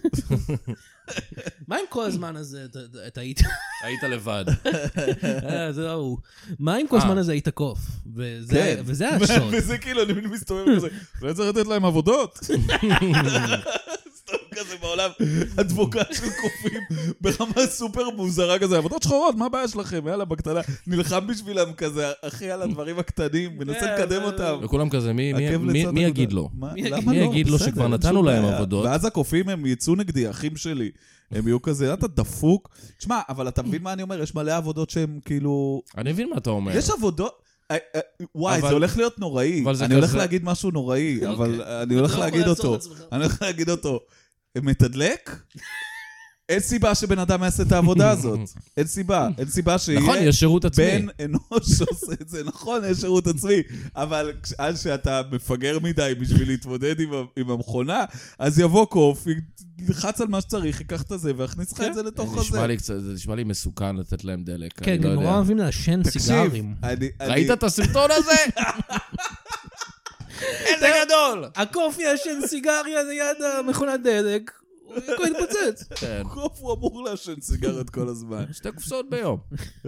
מה עם כל הזמן הזה אתה היית? היית לבד. זה לא הוא. מה עם כל הזמן הזה היית קוף? וזה השוד. וזה כאילו, אני מסתובב כזה. אולי צריך לתת להם עבודות? סתם כזה בעולם, הדבוקה של קופים ברמה סופר מוזרה כזה, עבודות שחורות, מה הבעיה שלכם? יאללה, בקטנה, נלחם בשבילם כזה, אחי על הדברים הקטנים, מנסה לקדם אותם. וכולם כזה, מי יגיד לו? מי יגיד לו שכבר נתנו להם עבודות? ואז הקופים הם יצאו נגדי, אחים שלי. הם יהיו כזה, אתה דפוק. תשמע, אבל אתה מבין מה אני אומר? יש מלא עבודות שהם כאילו... אני מבין מה אתה אומר. יש עבודות... וואי, זה הולך להיות נוראי. אני הולך להגיד משהו נוראי, אבל אני הולך להגיד אותו. אני הולך להגיד אותו. מתדלק? אין סיבה שבן אדם יעשה את העבודה הזאת. אין סיבה. אין סיבה שיהיה... נכון, יש שירות עצמי. בן אנוש שעושה את זה. נכון, יש שירות עצמי. אבל אז שאתה מפגר מדי בשביל להתמודד עם המכונה, אז יבוא קוף, ילחץ על מה שצריך, ייקח את זה ויכניס לך את זה לתוך הזה. זה נשמע לי מסוכן לתת להם דלק. כן, גם נורא אוהבים לעשן סיגרים. ראית את הסרטון הזה? איזה גדול! הקוף ישן סיגריה ליד המכונת דלק, הוא יכול להתפוצץ. קוף הוא אמור לעשן סיגריות כל הזמן. שתי קופסאות ביום.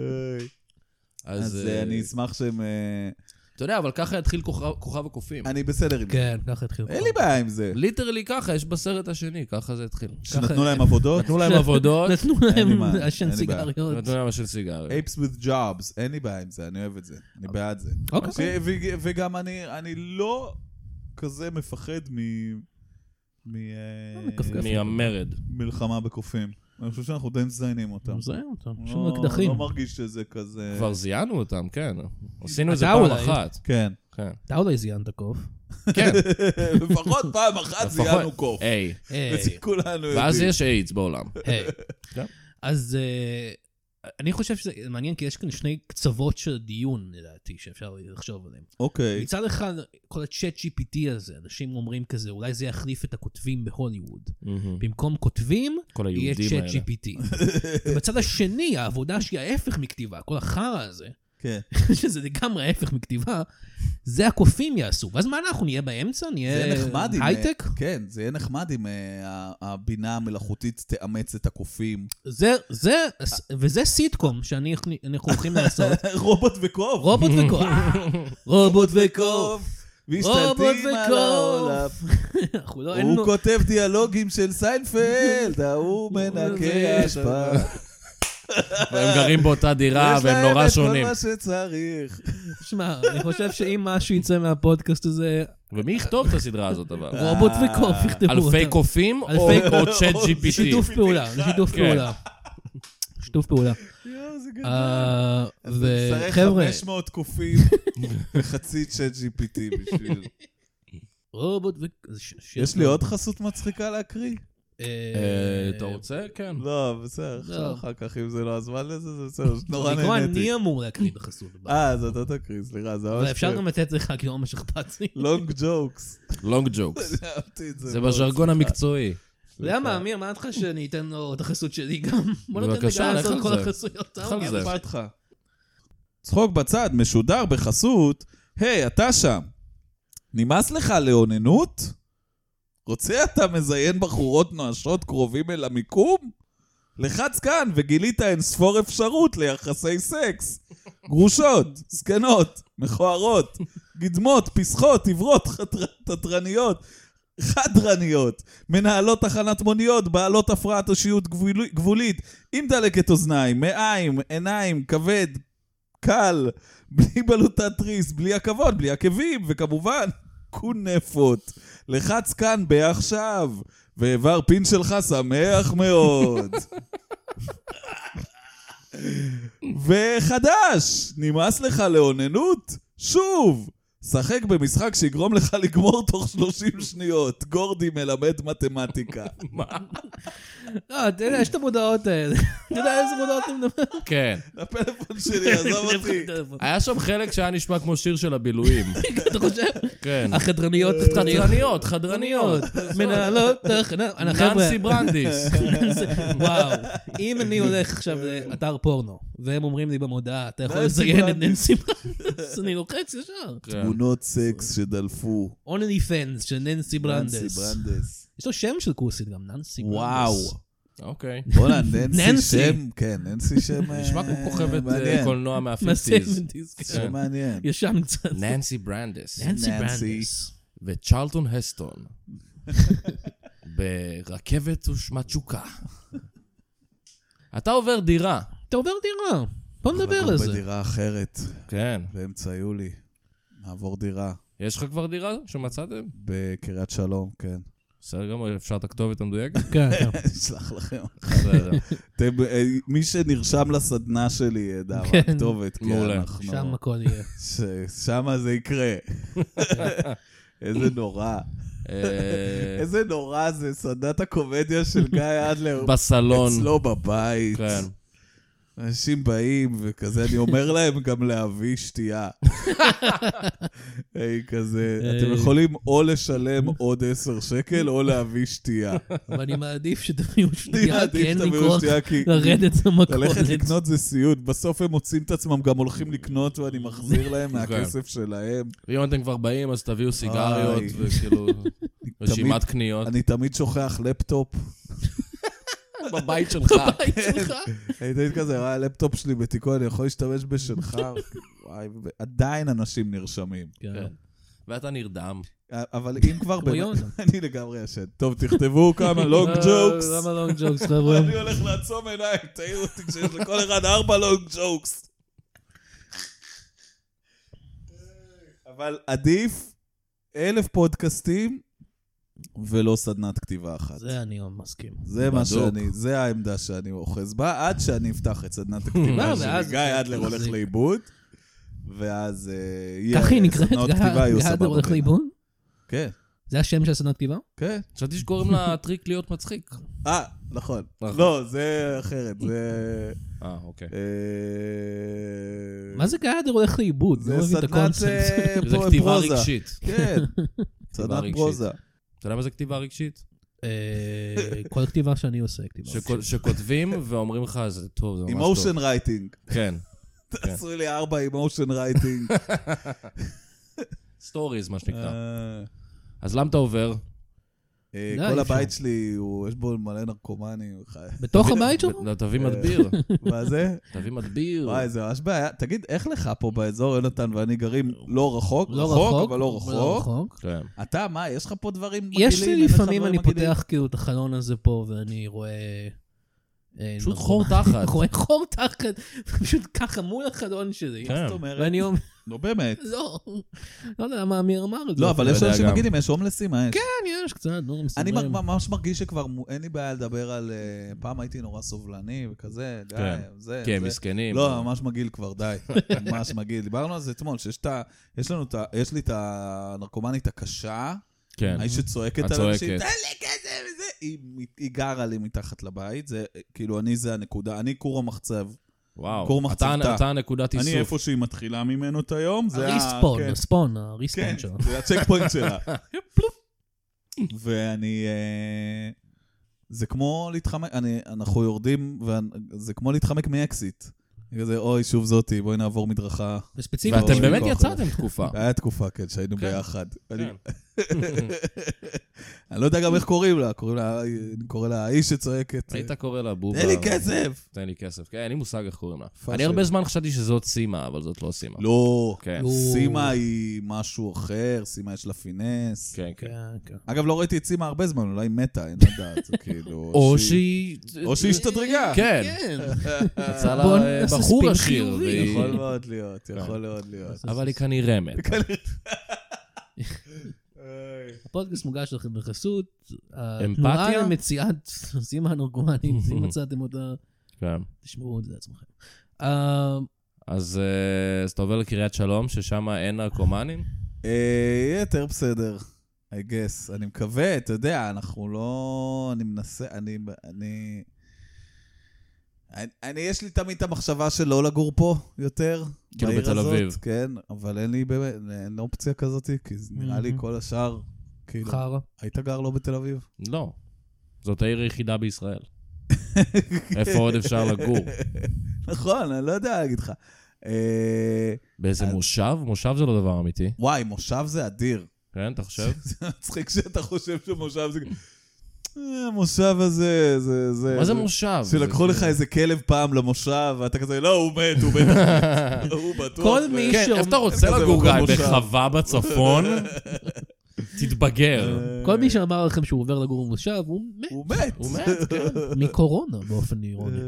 אז אני אשמח שהם... אתה יודע, אבל ככה יתחיל כוכב הקופים. אני בסדר עם זה. כן, ככה יתחיל. אין לי בעיה עם זה. ליטרלי ככה, יש בסרט השני, ככה זה התחיל. שנתנו להם עבודות? נתנו להם עבודות. נתנו להם עשן סיגריות. נתנו להם עשן סיגריות. Apes with jobs, אין לי בעיה עם זה, אני אוהב את זה. אני בעד זה. וגם אני לא כזה מפחד מ... מהמרד. מלחמה בקופים. אני חושב שאנחנו די מזיינים אותם. מזיין אותם, שום אקדחים. לא מרגיש שזה כזה... כבר זיינו אותם, כן. עשינו את זה פעם אחת. כן. אתה אולי זיינת קוף. כן. לפחות פעם אחת זיינו קוף. היי. וכולנו יודעים. ואז יש איידס בעולם. היי. אז אני חושב שזה מעניין, כי יש כאן שני קצוות של דיון, לדעתי, שאפשר לחשוב עליהם. אוקיי. מצד אחד, כל ה-צ'אט ג'י פי טי הזה, אנשים אומרים כזה, אולי זה יחליף את הכותבים בהוליווד. במקום כותבים, יהיה צ'אט ג'י פי טי. ובצד השני, העבודה שהיא ההפך מכתיבה, כל החרא הזה, שזה לגמרי ההפך מכתיבה, זה הקופים יעשו. ואז מה אנחנו נהיה באמצע? נהיה הייטק? כן, זה יהיה נחמד אם הבינה המלאכותית תאמץ את הקופים. זה, זה, וזה סיטקום שאנחנו הולכים לעשות. רובוט וקוף. רובוט וקוף. רובוט וקוף. משתלטים על העולם. הוא כותב דיאלוגים של סיינפלד, הוא מנקה השפעה. והם גרים באותה דירה, והם נורא שונים. יש להם את כל מה שצריך. שמע, אני חושב שאם משהו יצא מהפודקאסט הזה... ומי יכתוב את הסדרה הזאת, אבל? רובוט וקוף יכתבו אותה. אלפי קופים או צ'אט ג'י פי טי? שיתוף פעולה, שיתוף פעולה. שיתוף פעולה. יואו, זה גדול. וחבר'ה... חמש מאות קופים וחצי צ'אט ג'י פי טי בשביל... רובוט ו... יש לי עוד חסות מצחיקה להקריא? אתה רוצה? כן. לא, בסדר, אחר כך אם זה לא הזמן לזה, זה בסדר, נורא נהניתי. בעיקרון אני אמור להקריא את החסות. אה, אז אתה תקריא, סליחה, זה ממש... אבל אפשר גם לתת לך כי לא ממש אכפת לי. לונג ג'וקס. לונג ג'וקס. זה בז'רגון המקצועי. אתה יודע מה, אמיר, מה לך שאני אתן לו את החסות שלי גם? בוא נתן לגע לעשות כל החסויות. צחוק בצד, משודר בחסות, היי, אתה שם. נמאס לך לאוננות? רוצה אתה מזיין בחורות נואשות קרובים אל המיקום? לחץ כאן וגילית אין ספור אפשרות ליחסי סקס. גרושות, סקנות, מכוערות, גדמות, פסחות, עברות, תטרניות, חדרניות, מנהלות תחנת מוניות, בעלות הפרעת אישיות גבולית, עם דלקת אוזניים, מעיים, עיניים, כבד, קל, בלי בלוטת תריס, בלי עכבות, בלי עקבים, וכמובן, קונפות. לחץ כאן בעכשיו, ואיבר פין שלך שמח מאוד. וחדש, נמאס לך לאוננות? שוב, שחק במשחק שיגרום לך לגמור תוך שלושים שניות. גורדי מלמד מתמטיקה. מה? לא, אתה יודע, יש את המודעות האלה. אתה יודע איזה מודעות אני מדבר? כן. הפלאפון שלי, עזוב אותי. היה שם חלק שהיה נשמע כמו שיר של הבילויים. אתה חושב? כן. החדרניות, חדרניות, חדרניות. מנהלות, תחנה. ננסי ברנדיס. וואו. אם אני הולך עכשיו לאתר פורנו, והם אומרים לי במודעה, אתה יכול לזיין את ננסי ברנדיס, אני לוחץ ישר. תמונות סקס שדלפו. אונלי פנס של ננסי ברנדס. ננסי ברנדס. יש לו שם של כוסית גם, ננסי ברנדס. וואו. אוקיי. בוא'נה, ננסי שם, כן, ננסי שם נשמע כמו כוכבת קולנוע מהפיפטיז. שם מעניין. ישן קצת. ננסי ברנדס. ננסי ברנדס. וצ'רלטון הסטון. ברכבת ושמצ'וקה. אתה עובר דירה. אתה עובר דירה. בוא נדבר על זה. בדירה אחרת. כן. באמצע יולי. נעבור דירה. יש לך כבר דירה שמצאתם? בקריית שלום, כן. בסדר גם, אפשר את הכתובת המדויקת? כן, כן. אשלח לכם. מי שנרשם לסדנה שלי ידע מה הכתובת. מעולה. שם הכל יהיה. שם זה יקרה. איזה נורא. איזה נורא זה סדנת הקומדיה של גיא אדלר. בסלון. אצלו בבית. כן. אנשים באים וכזה, אני אומר להם גם להביא שתייה. היי, כזה, אתם יכולים או לשלם עוד עשר שקל, או להביא שתייה. אבל אני מעדיף שתביאו שתייה, כי אין לי כוח לרדת למכולת. ללכת לקנות זה סיוט, בסוף הם מוצאים את עצמם, גם הולכים לקנות, ואני מחזיר להם מהכסף שלהם. ואם אתם כבר באים, אז תביאו סיגריות, וכאילו, רשימת קניות. אני תמיד שוכח לפטופ. בבית שלך. בבית שלך. אני תמיד כזה, הלפטופ שלי בתיקון, אני יכול להשתמש בשלך. עדיין אנשים נרשמים. ואתה נרדם. אבל אם כבר באמת, אני לגמרי ישן. טוב, תכתבו כמה לונג ג'וקס. למה לונג ג'וקס, חבר'ה? אני הולך לעצום עיניים, תעיר אותי כשיש לכל אחד ארבע לונג ג'וקס. אבל עדיף אלף פודקאסטים, ולא סדנת כתיבה אחת. זה אני מסכים. זה מה שאני, זה העמדה שאני אוחז בה, עד שאני אפתח את סדנת הכתיבה שלי. גיא אדלר הולך לאיבוד, ואז יהיה סדנות כתיבה, יהיו סבבה. גיא אדלר הולך לאיבוד? כן. זה השם של סדנת כתיבה? כן. חשבתי שקוראים לה טריק להיות מצחיק. אה, נכון. לא, זה אחרת, זה... אה, אוקיי. מה זה גיא אדלר הולך לאיבוד? זה סדנת זה כתיבה רגשית. כן. סדנת פרוזה. אתה יודע מה זה כתיבה רגשית? כל כתיבה שאני עושה, כתיבה. שכותבים ואומרים לך, זה טוב, זה ממש טוב. אימושן רייטינג. כן. תעשו לי ארבע אימושן רייטינג. סטוריז, מה שנקרא. אז למה אתה עובר? כל הבית שלי, יש בו מלא נרקומנים. בתוך הבית שלך? לא, תביא מדביר. מה זה? תביא מדביר. וואי, זה ממש בעיה. תגיד, איך לך פה באזור יונתן ואני גרים לא רחוק? לא רחוק, אבל לא רחוק. כן. אתה, מה, יש לך פה דברים מגעילים? יש לי לפעמים, אני פותח כאילו את החלון הזה פה, ואני רואה... פשוט חור תחת. רואה חור תחת, פשוט ככה מול החלון שלי. מה זאת אומרת? ואני אומר... לא באמת. לא, לא יודע למה אמיר אמר את זה. לא, אבל יש אנשים מגידים, יש הומלסים, מה יש? כן, יש קצת, לא אני ממש מרגיש שכבר אין לי בעיה לדבר על... פעם הייתי נורא סובלני וכזה, די, זה... כן, מסכנים. לא, ממש מגעיל כבר, די. ממש מגעיל. דיברנו על זה אתמול, שיש לנו את ה... יש לי את הנרקומנית הקשה, האיש שצועקת על אנשים, תן לי כזה וזה, היא גרה לי מתחת לבית, זה, כאילו, אני זה הנקודה, אני קור המחצב. וואו, אתה נקודת איסוף. אני איפה שהיא מתחילה ממנו את היום. הריספון, הספון, הריספון שלה. זה הצ'ק פוינט שלה. ואני... זה כמו להתחמק, אנחנו יורדים, וזה כמו להתחמק מאקסיט. כזה, אוי, שוב זאתי, בואי נעבור מדרכה. וספציפית. ואתם באמת יצאתם תקופה. היה תקופה, כן, שהיינו ביחד. אני לא יודע גם איך קוראים לה, קוראים לה, אני קורא לה האיש שצועקת. היית קורא לה בובה. תן לי כסף! תן לי כסף, כן, אין לי מושג איך קוראים לה. אני הרבה זמן חשבתי שזאת סימה, אבל זאת לא סימה. לא, סימה היא משהו אחר, סימה יש לה פינס. כן, כן. אגב, לא ראיתי את סימה הרבה זמן, אולי מתה, אין לדעת, זה כאילו... או שהיא... או שהיא השתדרגה. כן. יצא לה בחור עשיר. יכול מאוד להיות, יכול מאוד להיות. אבל היא כנראה מת. הפודקאסט מוגש לכם בחסות, התנועה למציאת סימה הנרקומנית, אם מצאתם אותה, תשמעו את זה לעצמכם. אז אתה עובר לקריית שלום, ששם אין נרקומנים? יהיה יותר בסדר, I guess. אני מקווה, אתה יודע, אנחנו לא... אני מנסה, אני... אני... אני, יש לי תמיד את המחשבה של לא לגור פה יותר, כאילו בתל אביב. כן, אבל אין לי באמת, אין אופציה כזאת, כי נראה לי כל השאר, כאילו, חרה. היית גר לא בתל אביב? לא, זאת העיר היחידה בישראל. איפה עוד אפשר לגור? נכון, אני לא יודע להגיד לך. באיזה מושב? מושב זה לא דבר אמיתי. וואי, מושב זה אדיר. כן, אתה חושב? זה מצחיק שאתה חושב שמושב זה... המושב הזה, זה... זה מה זה מושב? שלקחו לך איזה כלב פעם למושב, ואתה כזה, לא, הוא מת, הוא מת. הוא בטוח. כל מי כן, איפה אתה רוצה לגור גיא? בחווה בצפון? תתבגר. כל מי שאמר לכם שהוא עובר לגור במושב, הוא מת. הוא מת. הוא מת, כן. מקורונה, באופן אירוני.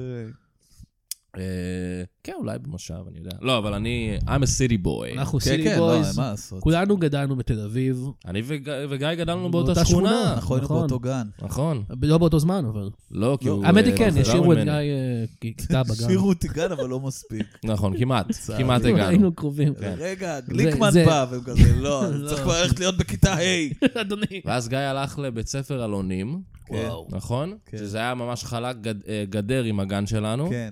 כן, אולי במושב, אני יודע. לא, אבל אני, I'm a city boy. אנחנו city boys. כולנו גדלנו בתל אביב. אני וגיא גדלנו באותה שכונה. אנחנו היינו באותו גן. נכון. לא באותו זמן, אבל. לא, כי הוא... האמת היא כן, השאירו את גיא כיתה בגן. השאירו אותי גן, אבל לא מספיק. נכון, כמעט. כמעט הגענו. היינו קרובים. רגע, גליקמן בא, והם כזה, לא, צריך כבר ללכת להיות בכיתה ה'. אדוני. ואז גיא הלך לבית ספר אלונים. נכון? שזה היה ממש חלק גדר עם הגן שלנו. כן.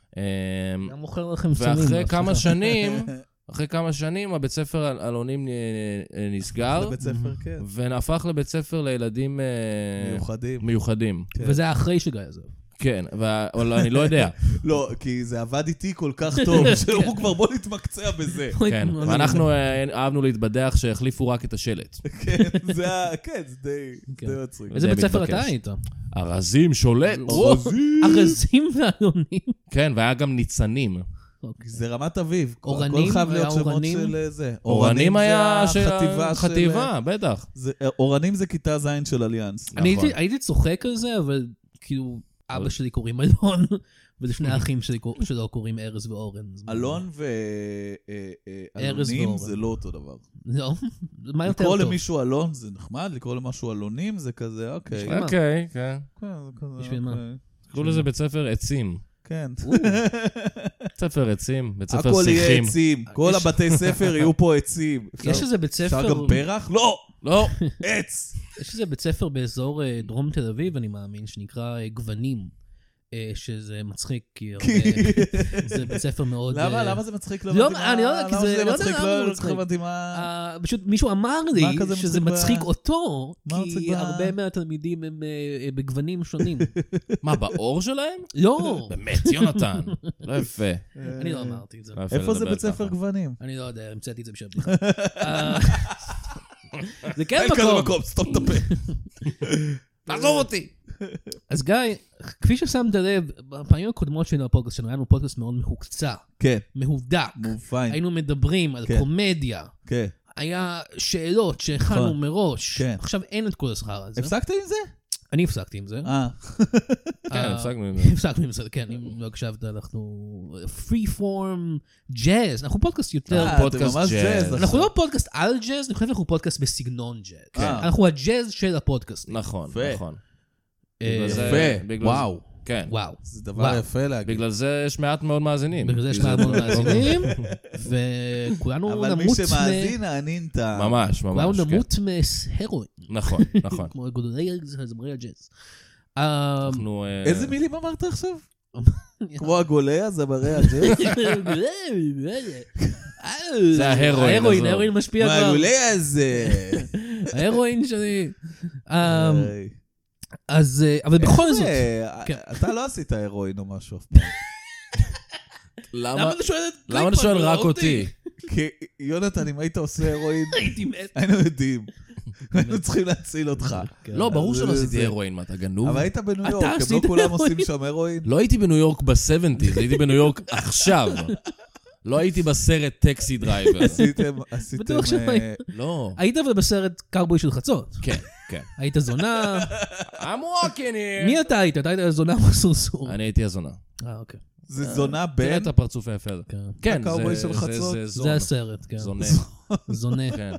היה מוכר לכם סמים. ואחרי כמה שנים, אחרי כמה שנים, הבית ספר אלונים נסגר. לבית ספר, כן. והפך לבית ספר לילדים מיוחדים. מיוחדים. וזה היה אחרי שגיא עזב. כן, אבל אני לא יודע. לא, כי זה עבד איתי כל כך טוב, שהוא כבר בוא נתמקצע בזה. כן, ואנחנו אהבנו להתבדח שהחליפו רק את השלט. כן, זה די מצחיק. איזה בית ספר אתה היית? ארזים שולט. ארזים ואלונים. כן, והיה גם ניצנים. זה רמת אביב. אורנים? הכל חייב להיות שמות של זה. אורנים היה חטיבה, בטח. אורנים זה כיתה זין של אליאנס. הייתי צוחק על זה, אבל כאילו... אבא שלי קוראים אלון, ולשני האחים שלו קוראים ארז ואורן. אלון ואלונים זה לא אותו דבר. לא? מה יותר טוב? לקרוא למישהו אלון זה נחמד, לקרוא למשהו אלונים זה כזה, אוקיי. אוקיי, כן. בשביל מה? קראו לזה בית ספר עצים. כן. בית ספר עצים, בית ספר הכל יהיה שיחים. עצים, כל הבתי ספר יהיו פה עצים. יש איזה בית ספר... אפשר גם פרח? לא! לא. עץ! יש איזה בית ספר באזור דרום תל אביב, אני מאמין, שנקרא גוונים. שזה מצחיק, כי זה בית ספר מאוד... למה? למה זה מצחיק? לא, אני לא יודע, כי זה לא מצחיק, לא מצחיק. פשוט מישהו אמר לי שזה מצחיק אותו, כי הרבה מהתלמידים הם בגוונים שונים. מה, באור שלהם? לא. באמת, יונתן. לא יפה. אני לא אמרתי את זה. איפה זה בית ספר גוונים? אני לא יודע, המצאתי את זה בשביל בדיחה. זה כן מקום. אין כזה מקום, סתום את הפה. תעזור אותי. אז גיא, כפי ששמת לב, בפעמים הקודמות שלנו הפודקאסט שלנו, היה לנו פודקאסט מאוד מחוקצע. כן. מהודק. מופיין. היינו מדברים על קומדיה. כן. היה שאלות שהכנו מראש. כן. עכשיו אין את כל השכר הזה. הפסקת עם זה? אני הפסקתי עם זה. אה. כן, הפסקנו עם זה. הפסקנו עם זה, כן, אם לא הקשבת, אנחנו פרי פורם ג'אז, אנחנו פודקאסט יותר... פודקאסט ג'אז. אנחנו לא פודקאסט על ג'אז, אני חושב שאנחנו פודקאסט בסגנון ג'אז. אנחנו הג'אז של הפודקאסט. נכון, נכון. יפה, וואו. כן. וואו. זה דבר יפה להגיד. בגלל זה יש מעט מאוד מאזינים. בגלל זה יש מעט מאוד מאזינים, וכולנו נמות... אבל מי שמאזין, הענין טעה. ממש, ממש. כולנו נמות מהרואין. נכון, נכון. כמו גודלי זמרי הג'אז. אנחנו... איזה מילים אמרת עכשיו? כמו הגולי הזמרי הג'אז? זה ההרואין. ההרואין, ההרואין משפיע כבר. מה הגולי הזה? ההרואין שלי. אז, אבל בכל זאת... אתה לא עשית הרואין או משהו אף פעם. למה אתה שואל רק אותי? כי יונתן, אם היית עושה הרואין, היינו יודעים. היינו צריכים להציל אותך. לא, ברור שלא עשיתי הרואין, מה, אתה גנוב? אבל היית בניו יורק, הם לא כולם עושים שם הרואין. לא הייתי בניו יורק ב-שבעים, הייתי בניו יורק עכשיו. לא הייתי בסרט טקסי דרייבר. עשיתם... עשיתם... לא. היית אבל בסרט קאובוי של חצות. כן, כן. היית זונה. I'm walking here. מי אתה היית? אתה היית הזונה או הסורסור? אני הייתי הזונה. אה, אוקיי. זה זונה בין... תראה את הפרצוף היפה הזה. כן, הקאובוי של חצות. זה הסרט, כן. זונה. זונה. כן.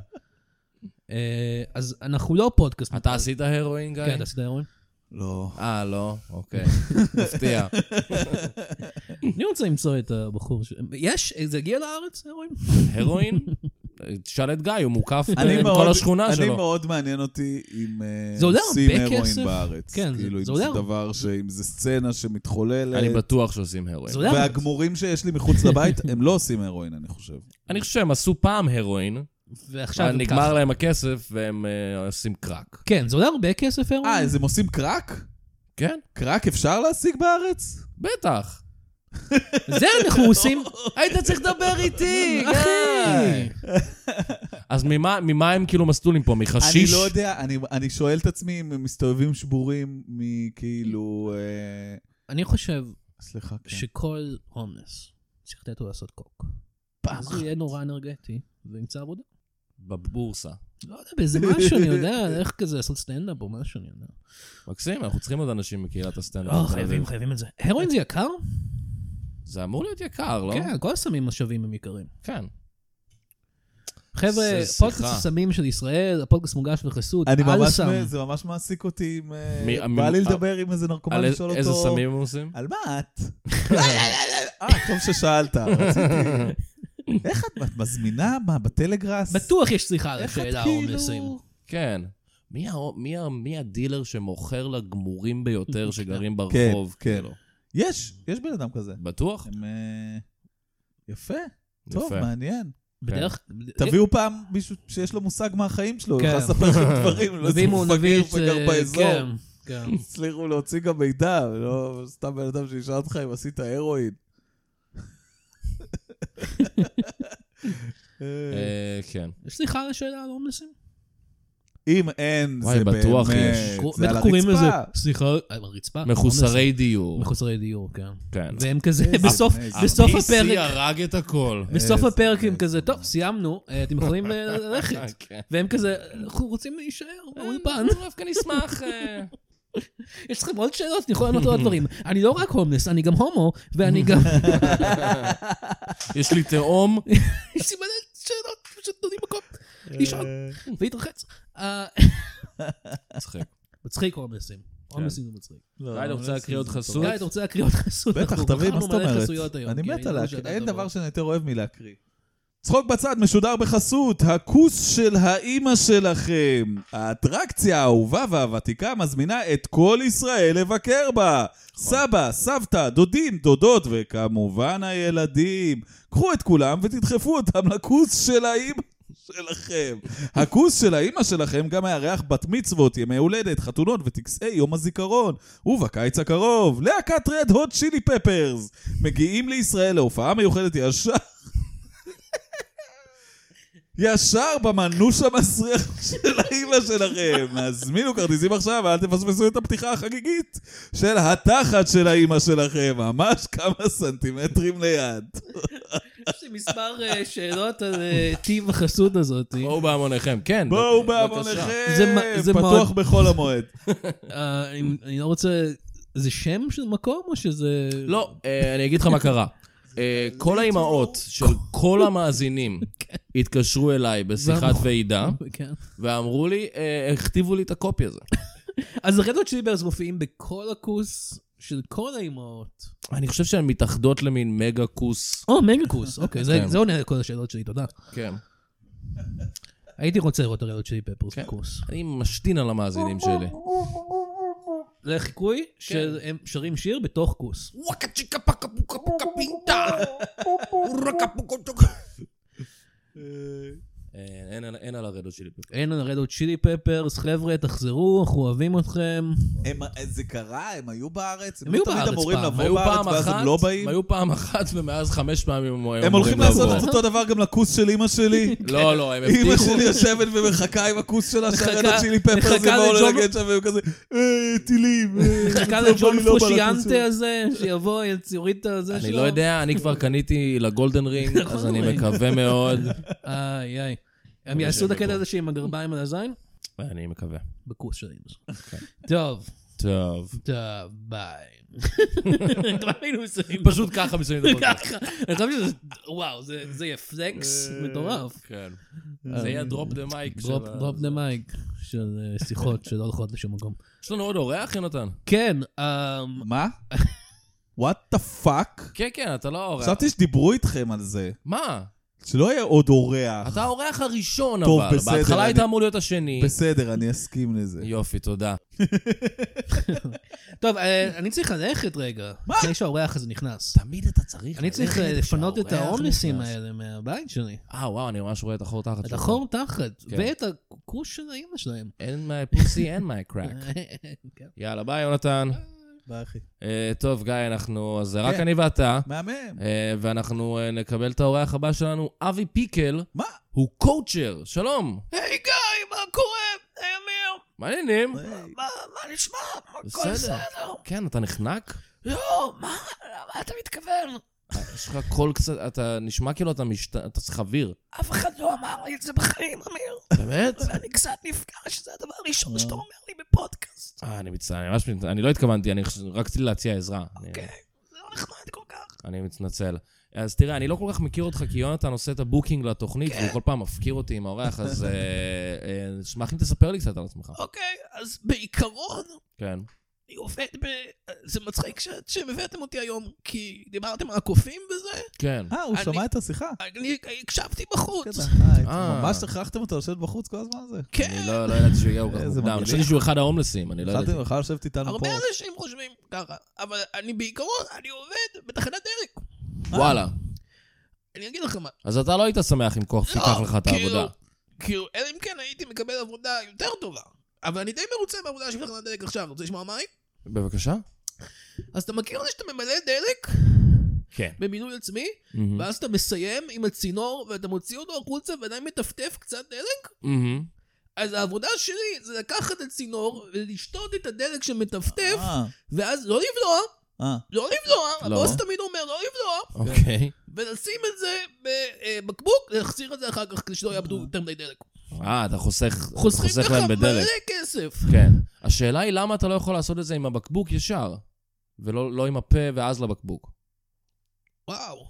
אז אנחנו לא פודקאסט. אתה עשית הרואין, גיא? כן, אתה עשית הרואין? לא. אה, לא? אוקיי. מפתיע. אני רוצה למצוא את הבחור ש... יש? זה הגיע לארץ, הרואין? הרואין? תשאל את גיא, הוא מוקף בכל השכונה שלו. אני מאוד מעניין אותי אם עושים הרואין בארץ. כן, כאילו, אם זה דבר ש... אם זה סצנה שמתחוללת. אני בטוח שעושים הרואין. והגמורים שיש לי מחוץ לבית, הם לא עושים הרואין, אני חושב. אני חושב שהם עשו פעם הרואין, ועכשיו נגמר להם הכסף, והם עושים קרק. כן, זה עולה הרבה כסף הרואין. אה, אז הם עושים קרק? כן. קרק אפשר להשיג בארץ? בטח. זה אנחנו עושים... היית צריך לדבר איתי, אחי. אז ממה הם כאילו מסלולים פה? מחשיש? אני לא יודע, אני שואל את עצמי אם הם מסתובבים שבורים מכאילו... אני חושב סליחה, כן. שכל הומלס צריך לתת לו לעשות קוק. אז הוא יהיה נורא אנרגטי וימצא עבודה. בבורסה. לא יודע, באיזה משהו אני יודע, איך כזה לעשות סטנדאפ או משהו אני יודע. מקסים, אנחנו צריכים עוד אנשים מקהילת הסטנדאפ. לא, חייבים, חייבים את זה. הרואין זה יקר? זה אמור להיות יקר, לא? כן, כל הסמים השווים הם יקרים. כן. חבר'ה, פודקאסט הסמים של ישראל, הפודקאסט מוגש בחסות, על סם. זה ממש מעסיק אותי, בא לי לדבר עם איזה נרקומן לשאול אותו... איזה סמים הם עושים? על מה את? אה, טוב ששאלת. איך את מזמינה? מה, בטלגראס? בטוח יש צריכה לשאלה הומלסים. כן. מי הדילר שמוכר לגמורים ביותר שגרים ברחוב? כן, כן. יש, יש בן אדם כזה. בטוח? הם... יפה, טוב, מעניין. בדרך... תביאו פעם מישהו שיש לו מושג מהחיים שלו, הוא יכול לספר לכם דברים, לא איזה מפגר וגר באזור. הצליחו להוציא גם מידע, לא סתם בן אדם שישאל אותך אם עשית הרואין. כן. יש לי חרא שאלה על הומלסים? אם אין, זה באמת, זה על הרצפה. סליחה, על הרצפה? מחוסרי דיור. מחוסרי דיור, כן. כן. והם כזה, בסוף הפרק... ה-פי סי הרג את הכל. בסוף הפרק הם כזה, טוב, סיימנו, אתם יכולים ללכת. והם כזה, אנחנו רוצים להישאר, באולפן. אנחנו דווקא נשמח... יש לכם עוד שאלות? אני יכול לענות עוד דברים. אני לא רק הומלס, אני גם הומו, ואני גם... יש לי תאום. יש לי מלא שאלות, פשוט נותנים מקום. לשאול, והתרחץ. מצחיק. מצחיק הומלסים. הומלסים זה מצחיק. גיא, אתה רוצה להקריא עוד חסות? גיא, אתה רוצה להקריא עוד חסות? בטח, תביא, מה זאת אומרת? אני מת עליה, אין דבר שאני יותר אוהב מלהקריא. צחוק בצד משודר בחסות, הכוס של האימא שלכם. האטרקציה האהובה והוותיקה מזמינה את כל ישראל לבקר בה. סבא, סבתא, דודים, דודות וכמובן הילדים. קחו את כולם ותדחפו אותם לכוס של האימא שלכם. הכוס של האימא שלכם גם מארח בת מצוות, ימי הולדת, חתונות וטקסי יום הזיכרון. ובקיץ הקרוב, להקת רד הוט צ'ילי פפרס מגיעים לישראל להופעה מיוחדת ישר ישר במנוש המסריח של האמא שלכם. הזמינו כרטיסים עכשיו ואל תפספסו את הפתיחה החגיגית של התחת של האמא שלכם, ממש כמה סנטימטרים ליד. יש לי מספר שאלות על טיב החסות הזאת. בואו בהמוניכם, כן. בואו בהמוניכם, פתוח בכל המועד. אני לא רוצה, זה שם של מקום או שזה... לא, אני אגיד לך מה קרה. כל האימהות של כל המאזינים התקשרו אליי בשיחת ועידה, ואמרו לי, הכתיבו לי את הקופי הזה. אז רד הוט צ'ילי פפרס מופיעים בכל הכוס של כל האימהות. אני חושב שהן מתאחדות למין מגה כוס. או, מגה כוס, אוקיי, זה עונה לכל השאלות שלי, תודה. כן. הייתי רוצה לראות רד הוט צ'ילי פפרס בקוס. אני משתין על המאזינים שלי. זה חיקוי שהם שרים שיר בתוך כוס. וואקה צ'יקה פקה פוקה פוקה פינטה. וואקה פוקה פוקה. אין על הרד הוט צ'ילי פפרס. אין על הרד הוט צ'ילי פפרס. חבר'ה, תחזרו, אנחנו אוהבים אתכם. זה קרה? הם היו בארץ? הם היו בארץ פעם. לבוא בארץ ואז הם לא באים? הם היו פעם אחת ומאז חמש פעמים הם הם הולכים לעשות את אותו דבר גם לכוס של אמא שלי? לא, לא, הם הבטיחו. אמא שלי יושבת ומחכה עם הכוס שלה שהרד הוט צ'ילי פפרס יבואו לנגד שם והם כזה טילים. מחכה לג'ון פרושיאנטה הזה שיבוא, יוריד את הזה שלו. אני לא יודע, אני כבר קניתי לגולדן רינג, אז אני מקווה מאוד. איי, איי. הם יעשו את הקטע הזה שעם הגרביים על הזין? אני מקווה. בכוס של אמא. טוב. טוב. טוב, ביי. פשוט ככה מסוים את הפודקאסט. אני חושב שזה, וואו, זה יהיה פלקס מטורף. כן. זה יהיה דרופ דה מייק. דרופ דה מייק של שיחות שלא הולכות לשום מקום. יש לנו עוד אורח, יונתן? כן. מה? What the fuck? כן, כן, אתה לא אורח. חשבתי שדיברו איתכם על זה. מה? שלא יהיה עוד אורח. אתה האורח הראשון, טוב, אבל. בסדר, בהתחלה אני... היית אמור להיות השני. בסדר, אני אסכים לזה. יופי, תודה. טוב, אני צריך ללכת רגע. מה? לפני שהאורח הזה נכנס. תמיד אתה צריך. אני צריך לפנות את ההומלסים האלה מהבית שלי. אה, וואו, אני ממש רואה את החור תחת. את החור תחת. ואת הכוס של האמא שלהם. אין my pussy and my crack. יאללה, ביי, יונתן. ביי, אחי. טוב, גיא, אנחנו... אז זה רק אני ואתה. מהמם. ואנחנו נקבל את האורח הבא שלנו, אבי פיקל. מה? הוא קואוצ'ר. שלום. היי, גיא, מה קורה? היי, אמיר. מה העניינים? מה נשמע? הכל בסדר. כן, אתה נחנק? לא, מה? מה אתה מתכוון? יש לך קול קצת, אתה נשמע כאילו אתה משת... אתה חביר. אף אחד לא אמר לי את זה בחיים, אמיר. באמת? ואני קצת נפגע שזה הדבר הראשון שאתה אומר לי בפודקאסט. אה, אני מצטער, אני לא התכוונתי, אני רציתי להציע עזרה. אוקיי, זה לא נחמד כל כך. אני מתנצל. אז תראה, אני לא כל כך מכיר אותך, כי יונתן עושה את הבוקינג לתוכנית, והוא כל פעם מפקיר אותי עם האורח, אז נשמח אם תספר לי קצת על עצמך. אוקיי, אז בעיקרון... כן. אני עובד ב... זה מצחיק שמבאתם אותי היום, כי דיברתם על הקופים וזה. כן. אה, הוא שמע את השיחה. אני הקשבתי בחוץ. ממש שכחתם אותו לשבת בחוץ כל הזמן הזה. כן. אני לא ידעתי שהוא יגיע כל כך מוקדם. אני חושב שהוא אחד ההומלסים, אני לא ידעתי. התחלתם בכלל לשבת איתנו פה. הרבה אנשים חושבים ככה, אבל אני בעיקרון, אני עובד בתחנת דלק. וואלה. אני אגיד לך מה. אז אתה לא היית שמח אם כוח תיקח לך את העבודה. כאילו, אלא אם כן הייתי מקבל עבודה יותר טובה. אבל אני די מרוצה בעבודה של תחנת דלק עכשיו. רוצה לשמוע מים? בבקשה. אז אתה מכיר שאתה ממלא דלק? כן. במינוי עצמי, ואז אתה מסיים עם הצינור, ואתה מוציא אותו החוצה, ועדיין מטפטף קצת דלק? אז העבודה שלי זה לקחת את הצינור, ולשתות את הדלק שמטפטף, ואז לא לבלוע, לא לבלוע, הבוס תמיד אומר לא לבלוע, אוקיי. ולשים את זה בבקבוק, להחזיר את זה אחר כך, כדי שלא יאבדו יותר מדי דלק. אה, אתה חוסך להם בדלק. חוסכים לך מלא כסף. כן. השאלה היא למה אתה לא יכול לעשות את זה עם הבקבוק ישר, ולא עם הפה ואז לבקבוק. וואו.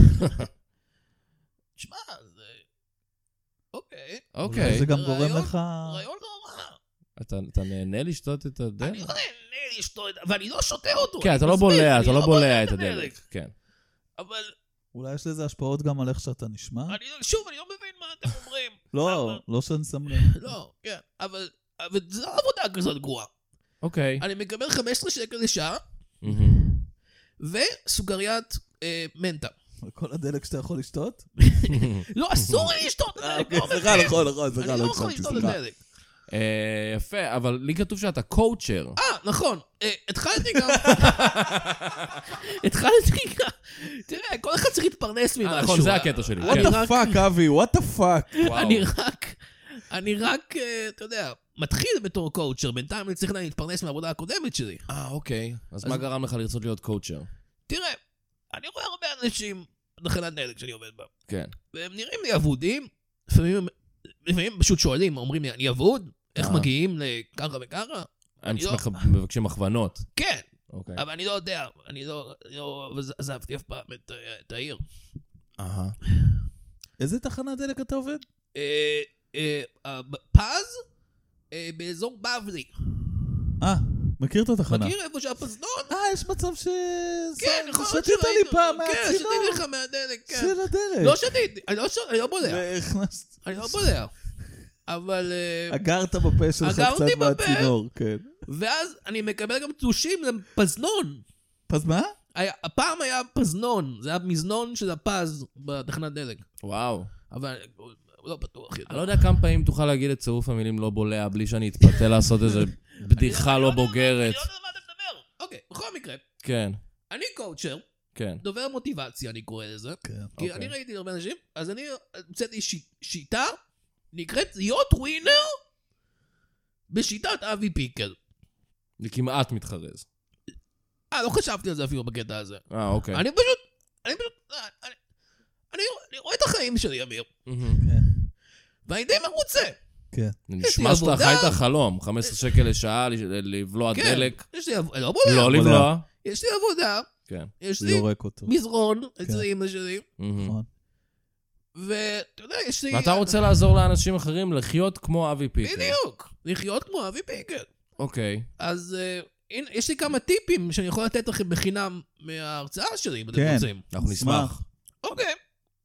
תשמע, זה... אוקיי. אוקיי. זה גם גורם לך... רעיון לא רע. אתה נהנה לשתות את הדלק? אני לא נהנה לשתות, ואני לא שותה אותו. כן, אתה לא בולע, אתה לא בולע את הדלק. כן. אבל... אולי יש לזה השפעות גם על איך שאתה נשמע? שוב, אני לא מבין מה אתם אומרים. לא, לא שאני שם לב. לא, כן, אבל זה לא עבודה כזאת גרועה. אוקיי. אני מקבל חמישה עשר שקל לשעה, וסוכריית מנטה. כל הדלק שאתה יכול לשתות? לא, אסור לי לשתות את הדלק. סליחה, נכון, נכון, סליחה, אני לא יכול לשתות את הדלק. יפה, אבל לי כתוב שאתה קואוצ'ר. אה, נכון. התחלתי גם... התחלתי גם... תראה, כל אחד צריך להתפרנס ממשהו. נכון, זה הקטע שלי. What the fuck, אבי, what the fuck. אני רק... אני רק, אתה יודע, מתחיל בתור קואוצ'ר, בינתיים אני צריך להתפרנס מהעבודה הקודמת שלי. אה, אוקיי. אז מה גרם לך לרצות להיות קואוצ'ר? תראה, אני רואה הרבה אנשים בתחנת דלק שאני עובד בה. כן. והם נראים לי אבודים, לפעמים לפעמים פשוט שואלים, אומרים לי, אני אבוד? איך מגיעים לככה וככה? הם מבקשים הכוונות. כן, אבל אני לא יודע, אני לא עזבתי אף פעם את העיר. אהה. איזה תחנת דלק אתה עובד? פז, באזור בבלי. אה, מכיר את התחנה. מכיר איפה שהפזנון? אה, יש מצב ש... כן, נכון, שתית לי פעם מהצינור. כן, שתיתי לך מהדלק, כן. של הדלק. לא שתיתי, אני לא בולע. אני לא בולע. אבל... אגרת בפה שלך קצת מהצינור, כן. ואז אני מקבל גם תלושים לפזנון. פז מה? הפעם היה פזנון, זה היה מזנון של הפז בתחנת דלק. וואו. אבל... הוא לא פתוח יותר. אני לא יודע כמה פעמים תוכל להגיד את צירוף המילים לא בולע, בלי שאני אתפתה לעשות איזה בדיחה לא בוגרת. אני לא יודע מה אתה מדבר. אוקיי, בכל מקרה. כן. אני קואוצ'ר. כן. דובר מוטיבציה, אני קורא לזה. כן. כי אני ראיתי הרבה אנשים, אז אני המצאתי שיטה, נקראת להיות ווינר, בשיטת אבי פיקל. זה כמעט מתחרז. אה, לא חשבתי על זה אפילו בקטע הזה. אה, אוקיי. אני פשוט, אני פשוט, אני רואה את החיים שלי, אמיר. ואני די מרוצה. כן. נשמע שאתה חי את החלום, חמישה עשר שקל לשעה, לבלוע דלק. יש לי עבודה. לא בולע. לא לבלוע. יש לי עבודה. כן. יש לי מזרון אצל אמא שלי. נכון. ואתה יודע, יש לי... ואתה רוצה לעזור לאנשים אחרים לחיות כמו אבי פיקל. בדיוק. לחיות כמו אבי פיקל. אוקיי. אז הנה, יש לי כמה טיפים שאני יכול לתת לכם בחינם מההרצאה שלי, אם אתם רוצים. אנחנו נשמח. אוקיי.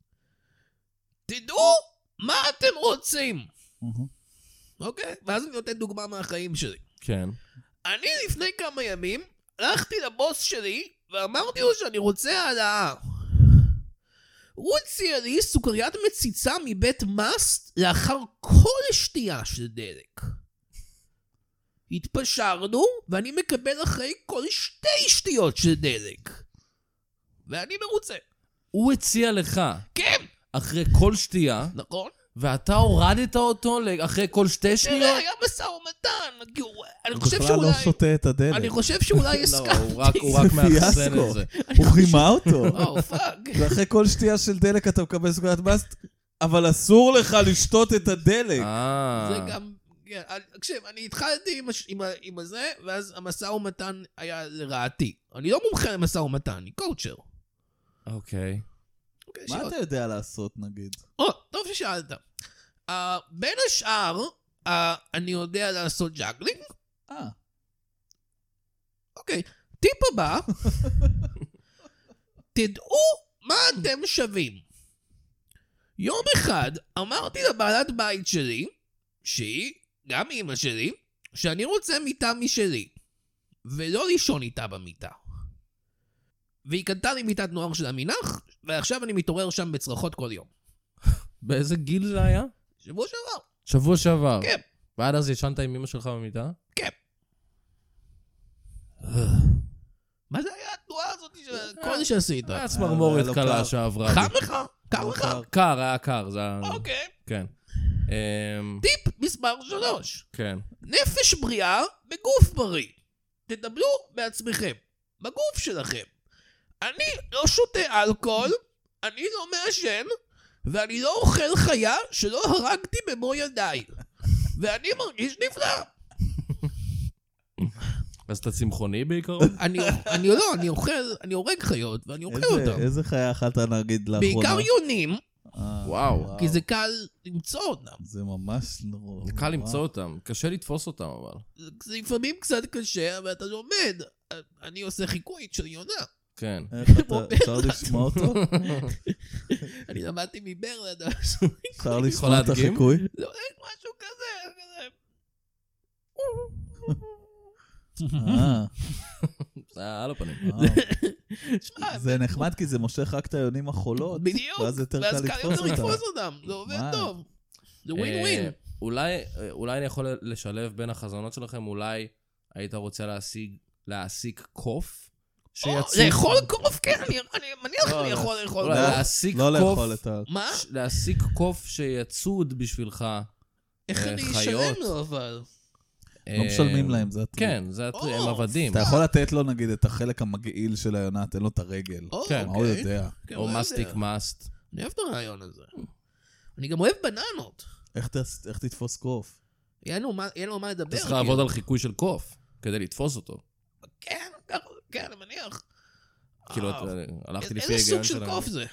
תדעו מה אתם רוצים. אוקיי? ואז אני נותן דוגמה מהחיים שלי. כן. אני לפני כמה ימים הלכתי לבוס שלי ואמרתי לו שאני רוצה העלאה. הוא הציע לי סוכריית מציצה מבית מאסט לאחר כל שתייה של דלק. התפשרנו ואני מקבל אחרי כל שתי שתיות של דלק. ואני מרוצה. הוא הציע לך. כן. אחרי כל שתייה. נכון. ואתה הורדת אותו אחרי כל שתי שניות? תראה, היה משא ומתן. הוא בכלל לא שותה את הדלק. אני חושב שאולי הסכמתי. לא, הוא רק מאחסן את זה. הוא רימה אותו. או, פאק. ואחרי כל שתייה של דלק אתה מקבל סוכריית מאסט, אבל אסור לך לשתות את הדלק. זה גם... תקשיב, אני התחלתי עם הזה, ואז המשא ומתן היה לרעתי. אני לא מומחה למשא ומתן, אני קואוצ'ר. אוקיי. מה אתה יודע לעשות, נגיד? או, טוב ששאלת. בין השאר, אני יודע לעשות ג'אגלינג. אה. אוקיי, טיפ הבא, תדעו מה אתם שווים. יום אחד אמרתי לבעלת בית שלי, שהיא, גם אמא שלי, שאני רוצה מיטה משלי, ולא לישון איתה במיטה. והיא קנתה לי מיטת נוער של המנח, ועכשיו אני מתעורר שם בצרחות כל יום. באיזה גיל זה היה? שבוע שעבר. שבוע שעבר? כן. ועד אז ישנת עם אמא שלך במיטה? כן. מה זה היה התנועה הזאת של כל שעשית? היה צמרמורת קלה שעברה. חם לך? קר לך? קר, היה קר. אוקיי. כן. טיפ מספר שלוש. כן. נפש בריאה בגוף בריא. תדברו בעצמכם. בגוף שלכם. אני לא שותה אלכוהול, אני לא מעשן, ואני לא אוכל חיה שלא הרגתי במו ידיי. ואני מרגיש נפלא. אז אתה צמחוני בעיקרון? אני לא, אני אוכל, אני הורג חיות, ואני אוכל אותם. איזה חיה אכלת נגיד לאחרונה? בעיקר יונים. וואו. כי זה קל למצוא אותם. זה ממש נורא. זה קל למצוא אותם, קשה לתפוס אותם אבל. זה לפעמים קצת קשה, אבל אתה לומד. אני עושה חיקוי של יונה. כן. איך אתה, אפשר לשמוע אותו? אני למדתי מברלד. אפשר לשמוע את החיקוי? זה הולך משהו כזה, כזה. אה. זה היה על הפנים. זה נחמד כי זה מושך רק את היונים החולות. בדיוק. ואז יותר קל לתפוס אותם. זה עובד טוב. זה ווין ווין. אולי אני יכול לשלב בין החזונות שלכם, אולי היית רוצה להעסיק קוף? לאכול קוף? כן, אני מניח אני יכול לאכול קוף. לא לאכול את ה... מה? להעסיק קוף שיצוד בשבילך חיות. איך אני אשלם לו אבל? לא משלמים להם, זה הטריק. כן, זה הטריק, הם עבדים. אתה יכול לתת לו נגיד את החלק המגעיל של היונה, תן לו את הרגל. כן. מה הוא יודע? או מסטיק מאסט. אני אוהב את הרעיון הזה. אני גם אוהב בננות. איך תתפוס קוף? יהיה לנו מה לדבר. אתה צריך לעבוד על חיקוי של קוף, כדי לתפוס אותו. כן, כן, אני מניח. כאילו, הלכתי לפי איזה היגיון סוג של קוף זה?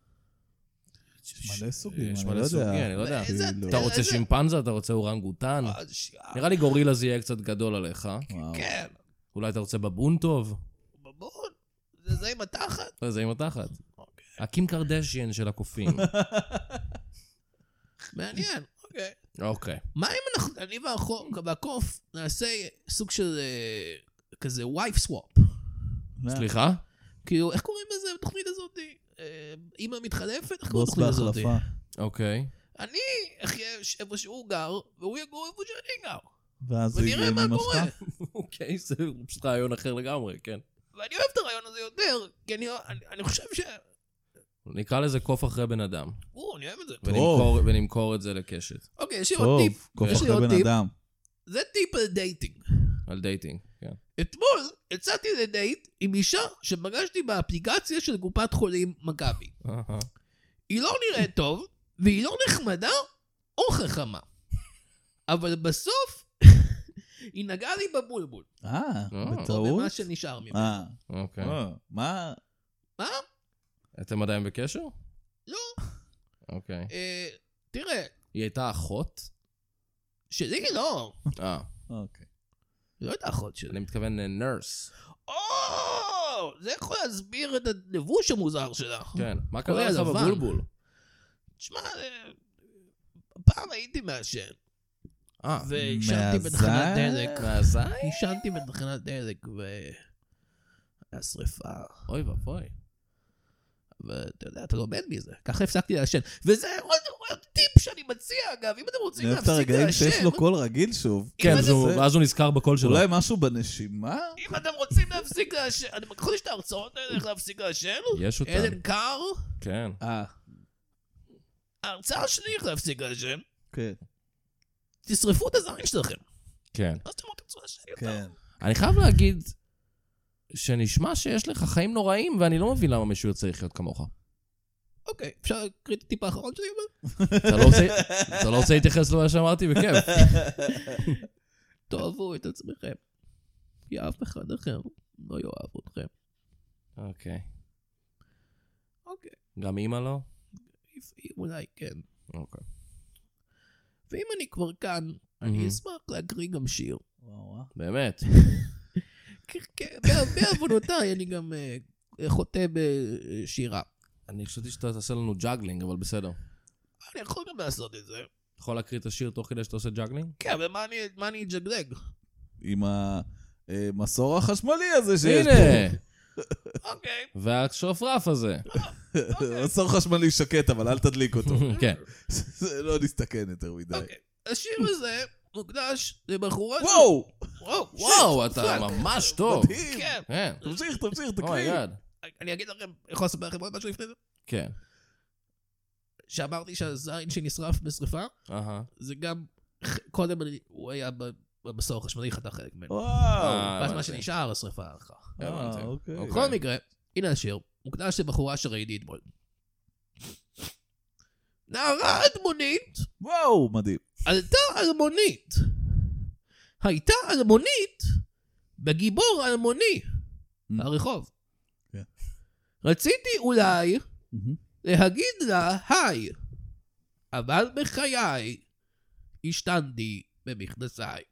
מלא סוגים, יש אני מלא לא סוגים, יודע. אני לא יודע. כאילו. אתה רוצה שימפנזה, אתה רוצה אורנגוטן? נראה לי גורילה זה יהיה קצת גדול עליך. כן. אולי אתה רוצה בבון טוב? בבון? זה זה עם התחת? זה עם התחת. הקים קרדשיין של הקופים. מעניין, אוקיי. אוקיי. מה אם אנחנו, אני והקוף, נעשה סוג של כזה וייף סוואפ? סליחה? כאילו, איך קוראים לזה בתוכנית הזאת? אמא מתחלפת? איך קוראים בוס בתוכנית הזאת? בהחלפה. אוקיי. אני אחיה איפה שהוא גר, והוא יגור איפה שאני גר. ואז הוא ונראה מה קורה. אוקיי, זה פשוט רעיון אחר לגמרי, כן. ואני אוהב את הרעיון הזה יותר, כי אני, אני, אני חושב ש... נקרא לזה קוף אחרי בן אדם. או, אני אוהב את זה. ונמכור, ונמכור את זה לקשת. אוקיי, יש לי עוד טיפ. טוב, קוף אחרי בן אדם. זה טיפ על דייטינג. על דייטינג, כן. אתמול יצאתי לדייט עם אישה שפגשתי באפליקציה של קופת חולים מכבי. היא לא נראית טוב, והיא לא נחמדה או חכמה. אבל בסוף היא נגעה לי בבולבול. אה, או בטעות? במה שנשאר ממנו. אה, אוקיי. מה? מה? אתם עדיין בקשר? לא. אוקיי. תראה. היא הייתה אחות? שלי לא. אה. אוקיי. היא לא הייתה אחות שלי. אני מתכוון נרס. או, זה יכול להסביר את הלבוש המוזר שלה. כן. מה קרה לך בבולבול? תשמע, פעם הייתי מעשן. אה. והשנתי בתחנת דלק. מהזי? השנתי בתחנת דלק והיה שריפה. אוי ואבוי. ואתה יודע, אתה לומד מזה. ככה הפסקתי לעשן. וזה עוד טיפ שאני מציע, אגב, אם אתם רוצים להפסיק לעשן... אני אוהב את הרגעים שיש לו קול רגיל שוב. כן, ואז הוא נזכר בקול שלו. אולי משהו בנשימה? אם אתם רוצים להפסיק לעשן... אני מקחו לי את ההרצאות האלה, איך להפסיק לעשן? יש אותם. אלן קאר? כן. אה. ההרצאה שלי איך להפסיק לעשן? כן. תשרפו את הזין שלכם. כן. אז אתם רוצים לעשן יותר. כן. אני חייב להגיד שנשמע שיש לך חיים נוראים, ואני לא מבין למה מישהו יוצא לחיות כמוך. אוקיי, אפשר להקריא את הטיפ האחרון שלי? אתה לא רוצה להתייחס למה שאמרתי בכיף. תאהבו את עצמכם. כי אף אחד אחר לא יאהב אתכם. אוקיי. אוקיי. גם אמא לא? אולי כן. אוקיי. ואם אני כבר כאן, אני אשמח להקריא גם שיר. באמת. בעוונותיי, אני גם חוטא בשירה. אני חשבתי שאתה תעשה לנו ג'אגלינג, אבל בסדר. אני יכול גם לעשות את זה. יכול להקריא את השיר תוך כדי שאתה עושה ג'אגלינג? כן, ומה אני אג'גלג? עם המסור החשמלי הזה שיש פה. הנה! אוקיי. והשופרף הזה. מסור חשמלי שקט, אבל אל תדליק אותו. כן. זה לא נסתכן יותר מדי. השיר הזה מוקדש לבחורה... וואו! וואו, אתה ממש טוב. מדהים. כן. תמשיך, תמשיך, תקריא. אומייגאד. אני אגיד לכם, יכול לספר לכם עוד משהו לפני זה? כן. שאמרתי שהזין שנשרף בשריפה, זה גם, קודם הוא היה במסור החשמלי, חתך חלק ממנו. וואו. ואז מה שנשאר, השריפה אחר. אה, אוקיי. בכל מקרה, הנה השיר, מוקדש לבחורה שראיתי אתמול. נערה אלמונית, וואו, מדהים. עלתה אלמונית. הייתה אלמונית בגיבור אלמוני, הרחוב. רציתי אולי להגיד לה היי, אבל בחיי השתנתי במכנסיי.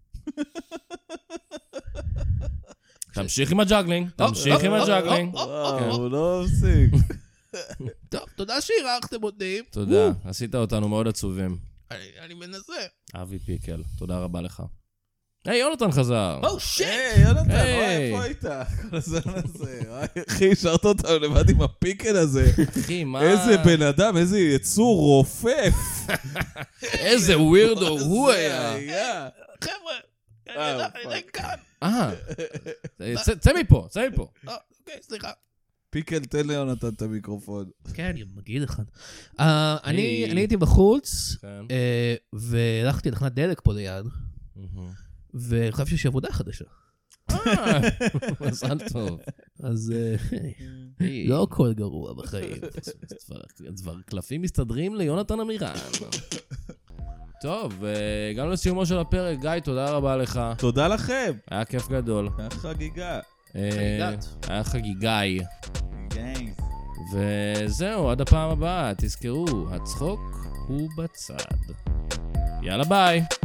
תמשיך עם הג'אגלינג, תמשיך עם הג'אגלינג. וואו, הוא לא מפסיק. טוב, תודה שאירחתם אותי. תודה, עשית אותנו מאוד עצובים. אני מנסה. אבי פיקל, תודה רבה לך. היי, יונתן חזר. או, שיט! היי, יונתן, וואי, איפה היית? כל הזמן הזה. אחי, השארת אותנו לבד עם הפיקל הזה. אחי, מה... איזה בן אדם, איזה יצור רופף. איזה ווירדו הוא היה. חבר'ה, אני די כאן. אה, צא מפה, צא מפה. אוקיי, סליחה. פיקל, תן ליונתן את המיקרופון. כן, אני מגיד לך. אני הייתי בחוץ, והלכתי לתחנת דלק פה ליד, וחשבתי שיש עבודה חדשה. אה, מזל טוב. אז לא הכל גרוע בחיים. דבר קלפים מסתדרים ליונתן אמירן. טוב, וגם לסיומו של הפרק, גיא, תודה רבה לך. תודה לכם. היה כיף גדול. היה חגיגה. חגיגת. היה חגיגי. גנג. וזהו, עד הפעם הבאה, תזכרו, הצחוק הוא בצד. יאללה ביי.